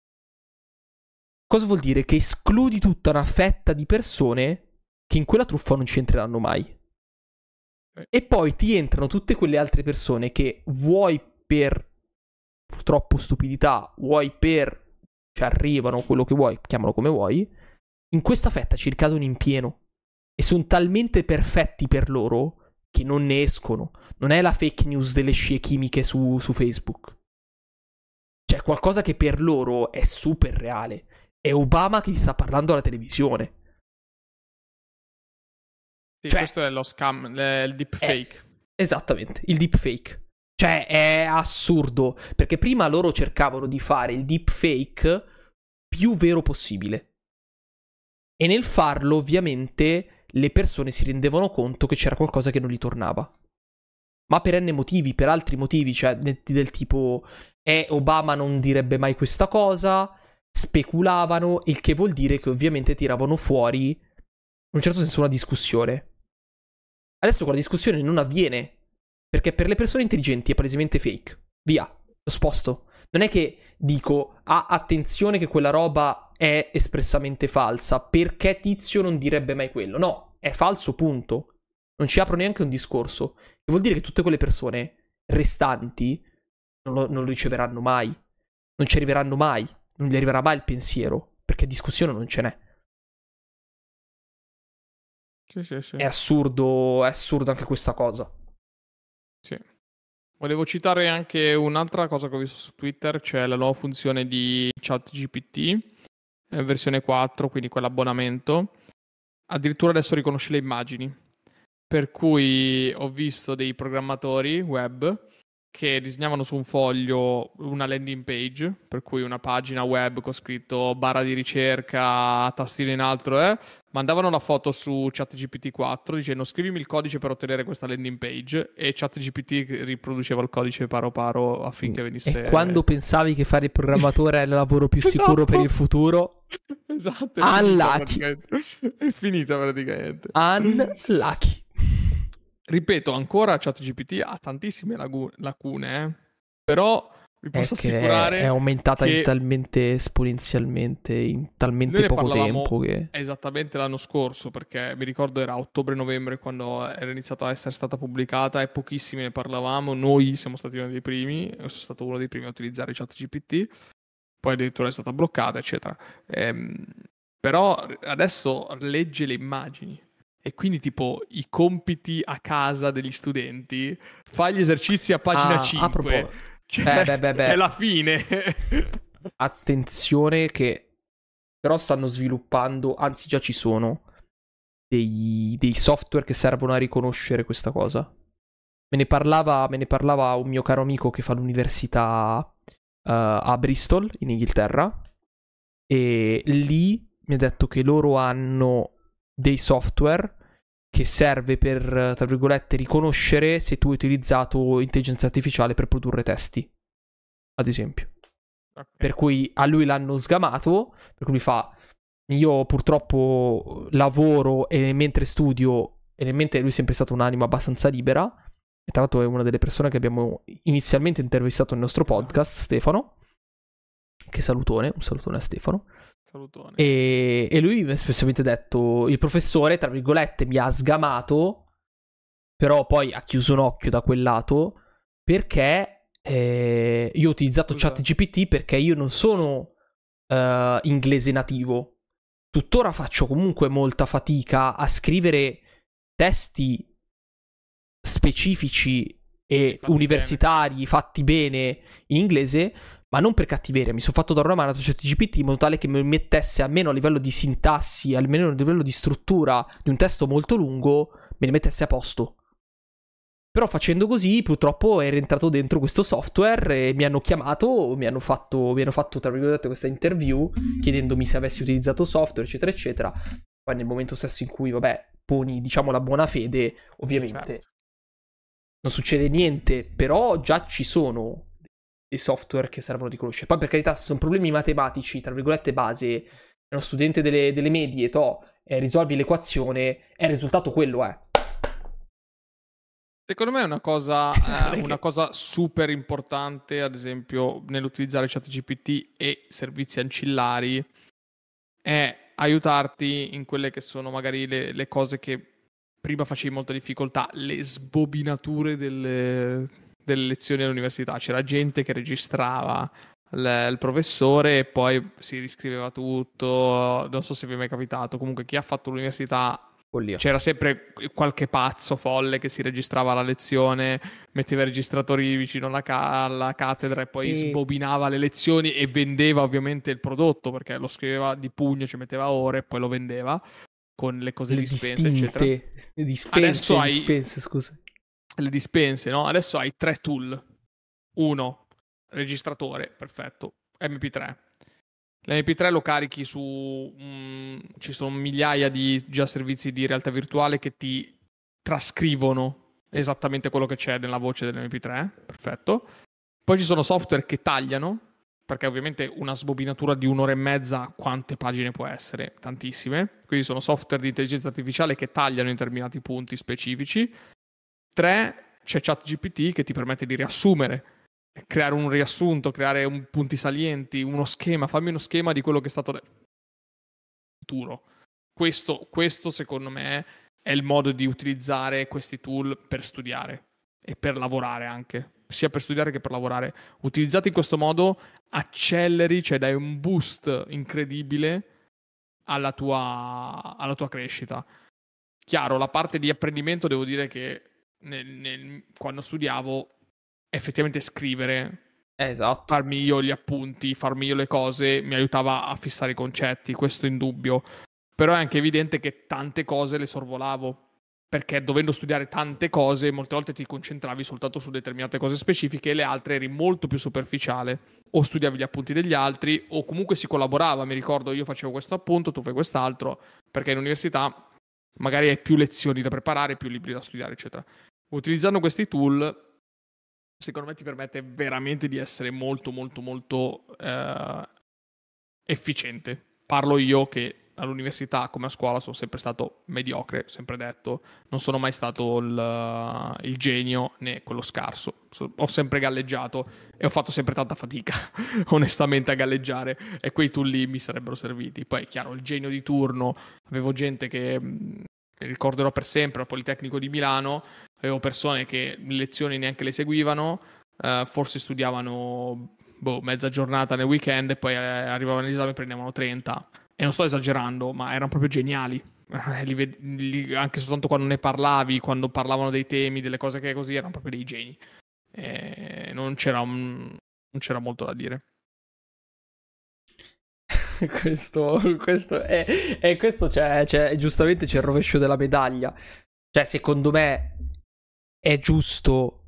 Cosa vuol dire? Che escludi tutta una fetta di persone che in quella truffa non ci entreranno mai. E poi ti entrano tutte quelle altre persone che vuoi per purtroppo stupidità, vuoi per ci arrivano, quello che vuoi, chiamalo come vuoi, in questa fetta ci ricadono in pieno. E sono talmente perfetti per loro che non ne escono. Non è la fake news delle scie chimiche su Facebook. Cioè, qualcosa che per loro è super reale. È Obama che gli sta parlando alla televisione. Sì, cioè, questo è lo scam, il deepfake. Esattamente, il deepfake. Cioè, è assurdo. Perché prima loro cercavano di fare il deepfake più vero possibile. E nel farlo, ovviamente, le persone si rendevano conto che c'era qualcosa che non gli tornava. Ma per n motivi, per altri motivi, cioè del tipo Obama non direbbe mai questa cosa, speculavano, il che vuol dire che ovviamente tiravano fuori, in un certo senso, una discussione. Adesso quella discussione non avviene, perché per le persone intelligenti è palesemente fake. Via, lo sposto. Non è che dico, attenzione che quella roba è espressamente falsa, perché Tizio non direbbe mai quello. No, è falso, punto. Non ci apro neanche un discorso. Che vuol dire che tutte quelle persone restanti non lo riceveranno mai. Non ci arriveranno mai. Non gli arriverà mai il pensiero. Perché discussione non ce n'è. Sì. È assurdo anche questa cosa. Sì. Volevo citare anche un'altra cosa che ho visto su Twitter, cioè la nuova funzione di ChatGPT, versione 4, quindi quell'abbonamento. Addirittura adesso riconosce le immagini. Per cui ho visto dei programmatori web che disegnavano su un foglio una landing page, per cui una pagina web con scritto barra di ricerca, tastino in alto, mandavano la foto su ChatGPT 4 dicendo scrivimi il codice per ottenere questa landing page e ChatGPT riproduceva il codice paro paro affinché venisse... E quando pensavi che fare il programmatore è il lavoro più sicuro per il futuro... Esatto, è finita praticamente. Unlucky. Ripeto, ancora ChatGPT ha tantissime lacune, però vi posso assicurare è aumentata che talmente esponenzialmente in talmente poco tempo che... Esattamente l'anno scorso, perché mi ricordo era ottobre-novembre quando era iniziata a essere stata pubblicata e pochissimi ne parlavamo. Noi siamo stati uno dei primi, io sono stato uno dei primi a utilizzare ChatGPT, poi addirittura è stata bloccata, eccetera. Però adesso legge le immagini. E quindi tipo i compiti a casa degli studenti, fai gli esercizi a pagina 5. Cioè, è la fine. Attenzione che però stanno sviluppando, anzi già ci sono, dei software che servono a riconoscere questa cosa. Me ne parlava un mio caro amico che fa l'università a Bristol, in Inghilterra, e lì mi ha detto che loro hanno dei software che serve per, tra virgolette, riconoscere se tu hai utilizzato intelligenza artificiale per produrre testi, ad esempio. Okay. Per cui a lui l'hanno sgamato, per cui lui fa, io purtroppo lavoro e mentre studio, e mentre lui è sempre stato un'anima abbastanza libera, e tra l'altro è una delle persone che abbiamo inizialmente intervistato nel nostro podcast, Stefano, che salutone, un salutone a Stefano. Salutone. E lui mi ha spessamente detto, il professore, tra virgolette, mi ha sgamato, però poi ha chiuso un occhio da quel lato, perché io ho utilizzato ChatGPT perché io non sono inglese nativo. Tuttora faccio comunque molta fatica a scrivere testi specifici e universitari fatti bene in inglese, ma non per cattiveria. Mi sono fatto dare una mano a ChatGPT in modo tale che mi mettesse, almeno a livello di sintassi, almeno a livello di struttura di un testo molto lungo, me ne mettesse a posto. Però facendo così, purtroppo è rientrato dentro questo software e mi hanno chiamato, mi hanno fatto tra virgolette questa interview chiedendomi se avessi utilizzato software, eccetera, eccetera. Poi nel momento stesso in cui, vabbè, poni, diciamo, la buona fede, ovviamente non succede niente, però già ci sono dei software che servono di conoscere. Poi per carità, se sono problemi matematici, tra virgolette, base, uno studente delle medie, risolvi l'equazione, il risultato quello è. Secondo me è una cosa super importante, ad esempio, nell'utilizzare ChatGPT e servizi ancillari, è aiutarti in quelle che sono magari le cose che prima facevi molta difficoltà, le sbobinature delle lezioni all'università. C'era gente che registrava il professore e poi si riscriveva tutto. Non so se vi è mai capitato. Comunque chi ha fatto l'università, c'era sempre qualche pazzo folle che si registrava la lezione, metteva i registratori vicino alla cattedra e poi sbobinava le lezioni e vendeva ovviamente il prodotto, perché lo scriveva di pugno, ci metteva ore e poi lo vendeva con le cose dispense, eccetera. Dispense, scusa. Le dispense, no? Adesso hai 3 tool. 1, registratore, perfetto, MP3. L'MP3 lo carichi su... ci sono migliaia di già servizi di realtà virtuale che ti trascrivono esattamente quello che c'è nella voce dell'MP3, perfetto. Poi ci sono software che tagliano, perché ovviamente una sbobinatura di 1 ora e mezza, quante pagine può essere? Tantissime. Quindi sono software di intelligenza artificiale che tagliano determinati punti specifici. 3, c'è ChatGPT che ti permette di riassumere, creare un riassunto, creare punti salienti, uno schema, fammi uno schema di quello che è stato futuro. Questo secondo me è il modo di utilizzare questi tool per studiare e per lavorare anche, sia per studiare che per lavorare. Utilizzati in questo modo acceleri, cioè dai un boost incredibile alla tua crescita. Chiaro, la parte di apprendimento devo dire che quando studiavo effettivamente scrivere, farmi io gli appunti, farmi io le cose, mi aiutava a fissare i concetti, questo è indubbio. Però è anche evidente che tante cose le sorvolavo, perché dovendo studiare tante cose, molte volte ti concentravi soltanto su determinate cose specifiche e le altre eri molto più superficiale. O studiavi gli appunti degli altri, o comunque si collaborava. Mi ricordo, io facevo questo appunto, tu fai quest'altro, perché in università magari hai più lezioni da preparare, più libri da studiare, eccetera. Utilizzando questi tool, secondo me ti permette veramente di essere molto, molto, molto efficiente. Parlo io che all'università come a scuola sono sempre stato mediocre, sempre detto, non sono mai stato il genio né quello scarso, ho sempre galleggiato e ho fatto sempre tanta fatica onestamente a galleggiare, e quei tool lì mi sarebbero serviti. Poi è chiaro, il genio di turno, avevo gente che ricorderò per sempre al Politecnico di Milano, avevo persone che le lezioni neanche le seguivano, forse studiavano mezza giornata nel weekend e poi arrivavano all'esame e prendevano 30. E non sto esagerando, ma erano proprio geniali. Anche soltanto quando ne parlavi, quando parlavano dei temi, delle cose che così, erano proprio dei geni. Non c'era molto da dire. Questo giustamente c'è il rovescio della medaglia. Cioè, secondo me è giusto.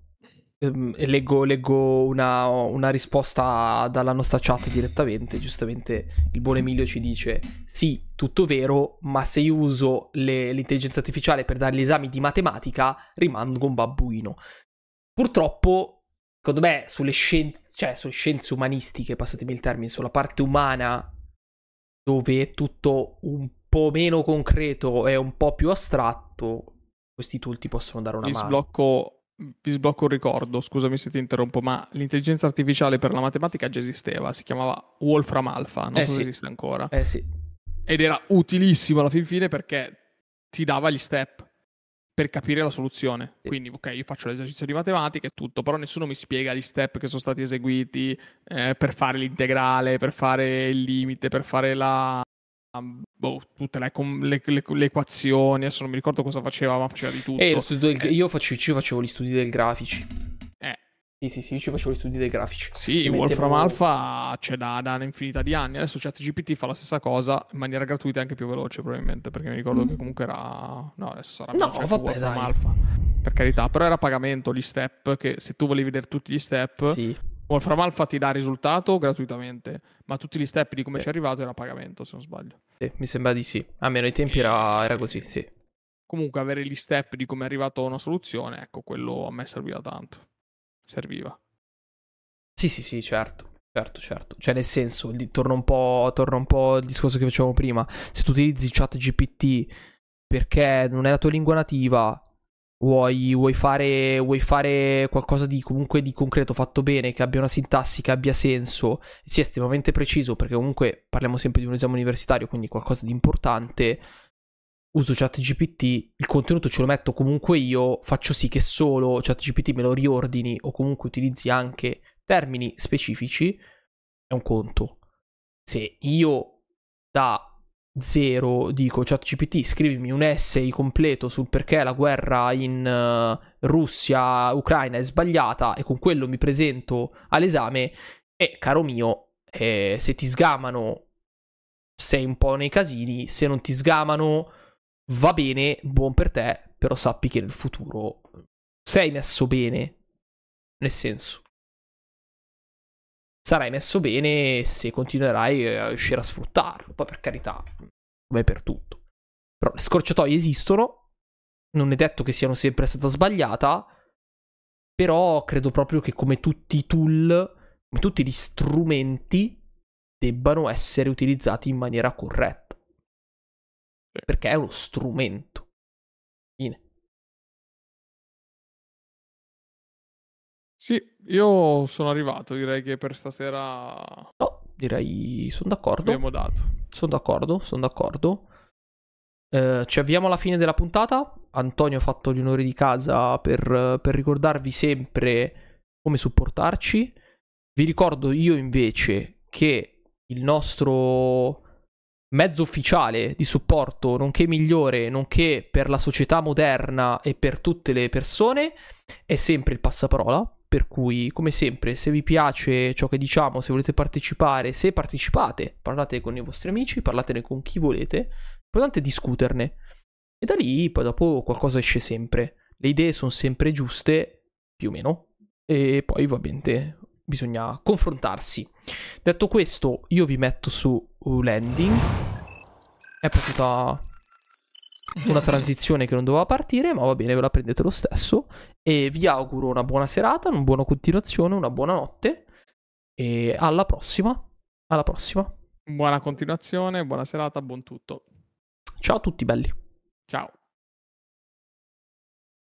Leggo una risposta dalla nostra chat direttamente. Giustamente il buon Emilio ci dice: sì, tutto vero, ma se io uso l'intelligenza artificiale per dare gli esami di matematica rimango un babbuino. Purtroppo, secondo me, sulle scienze umanistiche, passatemi il termine, sulla parte umana dove è tutto un po' meno concreto e un po' più astratto, questi tool ti possono dare una mano. Vi sblocco un ricordo, scusami se ti interrompo, ma l'intelligenza artificiale per la matematica già esisteva, si chiamava Wolfram Alpha, non so se esiste ancora. Sì. Ed era utilissimo alla fin fine perché ti dava gli step per capire la soluzione. Sì. Quindi, ok, io faccio l'esercizio di matematica e tutto, però nessuno mi spiega gli step che sono stati eseguiti per fare l'integrale, per fare il limite, per fare tutte le equazioni. Adesso non mi ricordo cosa faceva, ma faceva di tutto. Io ci facevo gli studi dei grafici. Sì, io ci facevo gli studi dei grafici. Sì, Wolfram Alpha c'è da un'infinità di anni. Adesso ChatGPT fa la stessa cosa in maniera gratuita e anche più veloce, probabilmente, perché mi ricordo che comunque era... No, adesso sarà Wolfram Alpha, per carità, però era a pagamento gli step, che se tu volevi vedere tutti gli step, sì. Wolfram Alpha ti dà il risultato gratuitamente, ma tutti gli step di come ci è arrivato era a pagamento, se non sbaglio. Sì, mi sembra di sì. Almeno ai tempi era così, sì. Comunque avere gli step di come è arrivato a una soluzione, ecco, quello a me serviva tanto. Serviva. Sì, certo. Cioè, nel senso, torna un po' al discorso che facevamo prima. Se tu utilizzi ChatGPT perché non è la tua lingua nativa, vuoi fare qualcosa di comunque di concreto, fatto bene, che abbia una sintassi, che abbia senso, sia estremamente preciso, perché comunque parliamo sempre di un esame universitario, quindi qualcosa di importante. Uso ChatGPT, il contenuto ce lo metto comunque io, faccio sì che solo ChatGPT me lo riordini o comunque utilizzi anche termini specifici, è un conto. Se io da zero dico ChatGPT scrivimi un essay completo sul perché la guerra in Russia, Ucraina è sbagliata e con quello mi presento all'esame, caro mio, se ti sgamano sei un po' nei casini, se non ti sgamano va bene, buon per te, però sappi che nel futuro sei messo bene, nel senso sarai messo bene se continuerai a riuscire a sfruttarlo, poi per carità, come per tutto. Però le scorciatoie esistono, non è detto che siano sempre stata sbagliata, però credo proprio che come tutti i tool, come tutti gli strumenti, debbano essere utilizzati in maniera corretta. Perché è uno strumento. Fine. Sì, io sono arrivato, direi che per stasera... No, direi sono d'accordo. Abbiamo dato. Sono d'accordo. Ci avviamo alla fine della puntata. Antonio ha fatto gli onori di casa per ricordarvi sempre come supportarci. Vi ricordo io invece che il nostro mezzo ufficiale di supporto, nonché migliore, nonché per la società moderna e per tutte le persone, è sempre il passaparola. Per cui, come sempre, se vi piace ciò che diciamo, se volete partecipare, se partecipate, parlate con i vostri amici, parlatene con chi volete. L'importante è discuterne. E da lì poi dopo qualcosa esce sempre. Le idee sono sempre giuste, più o meno. E poi va bene, bisogna confrontarsi. Detto questo, io vi metto su landing. È partita una transizione che non doveva partire, ma va bene, ve la prendete lo stesso. E vi auguro una buona serata, una buona continuazione, una buona notte. E alla prossima. Alla prossima. Buona continuazione, buona serata, buon tutto. Ciao a tutti belli. Ciao.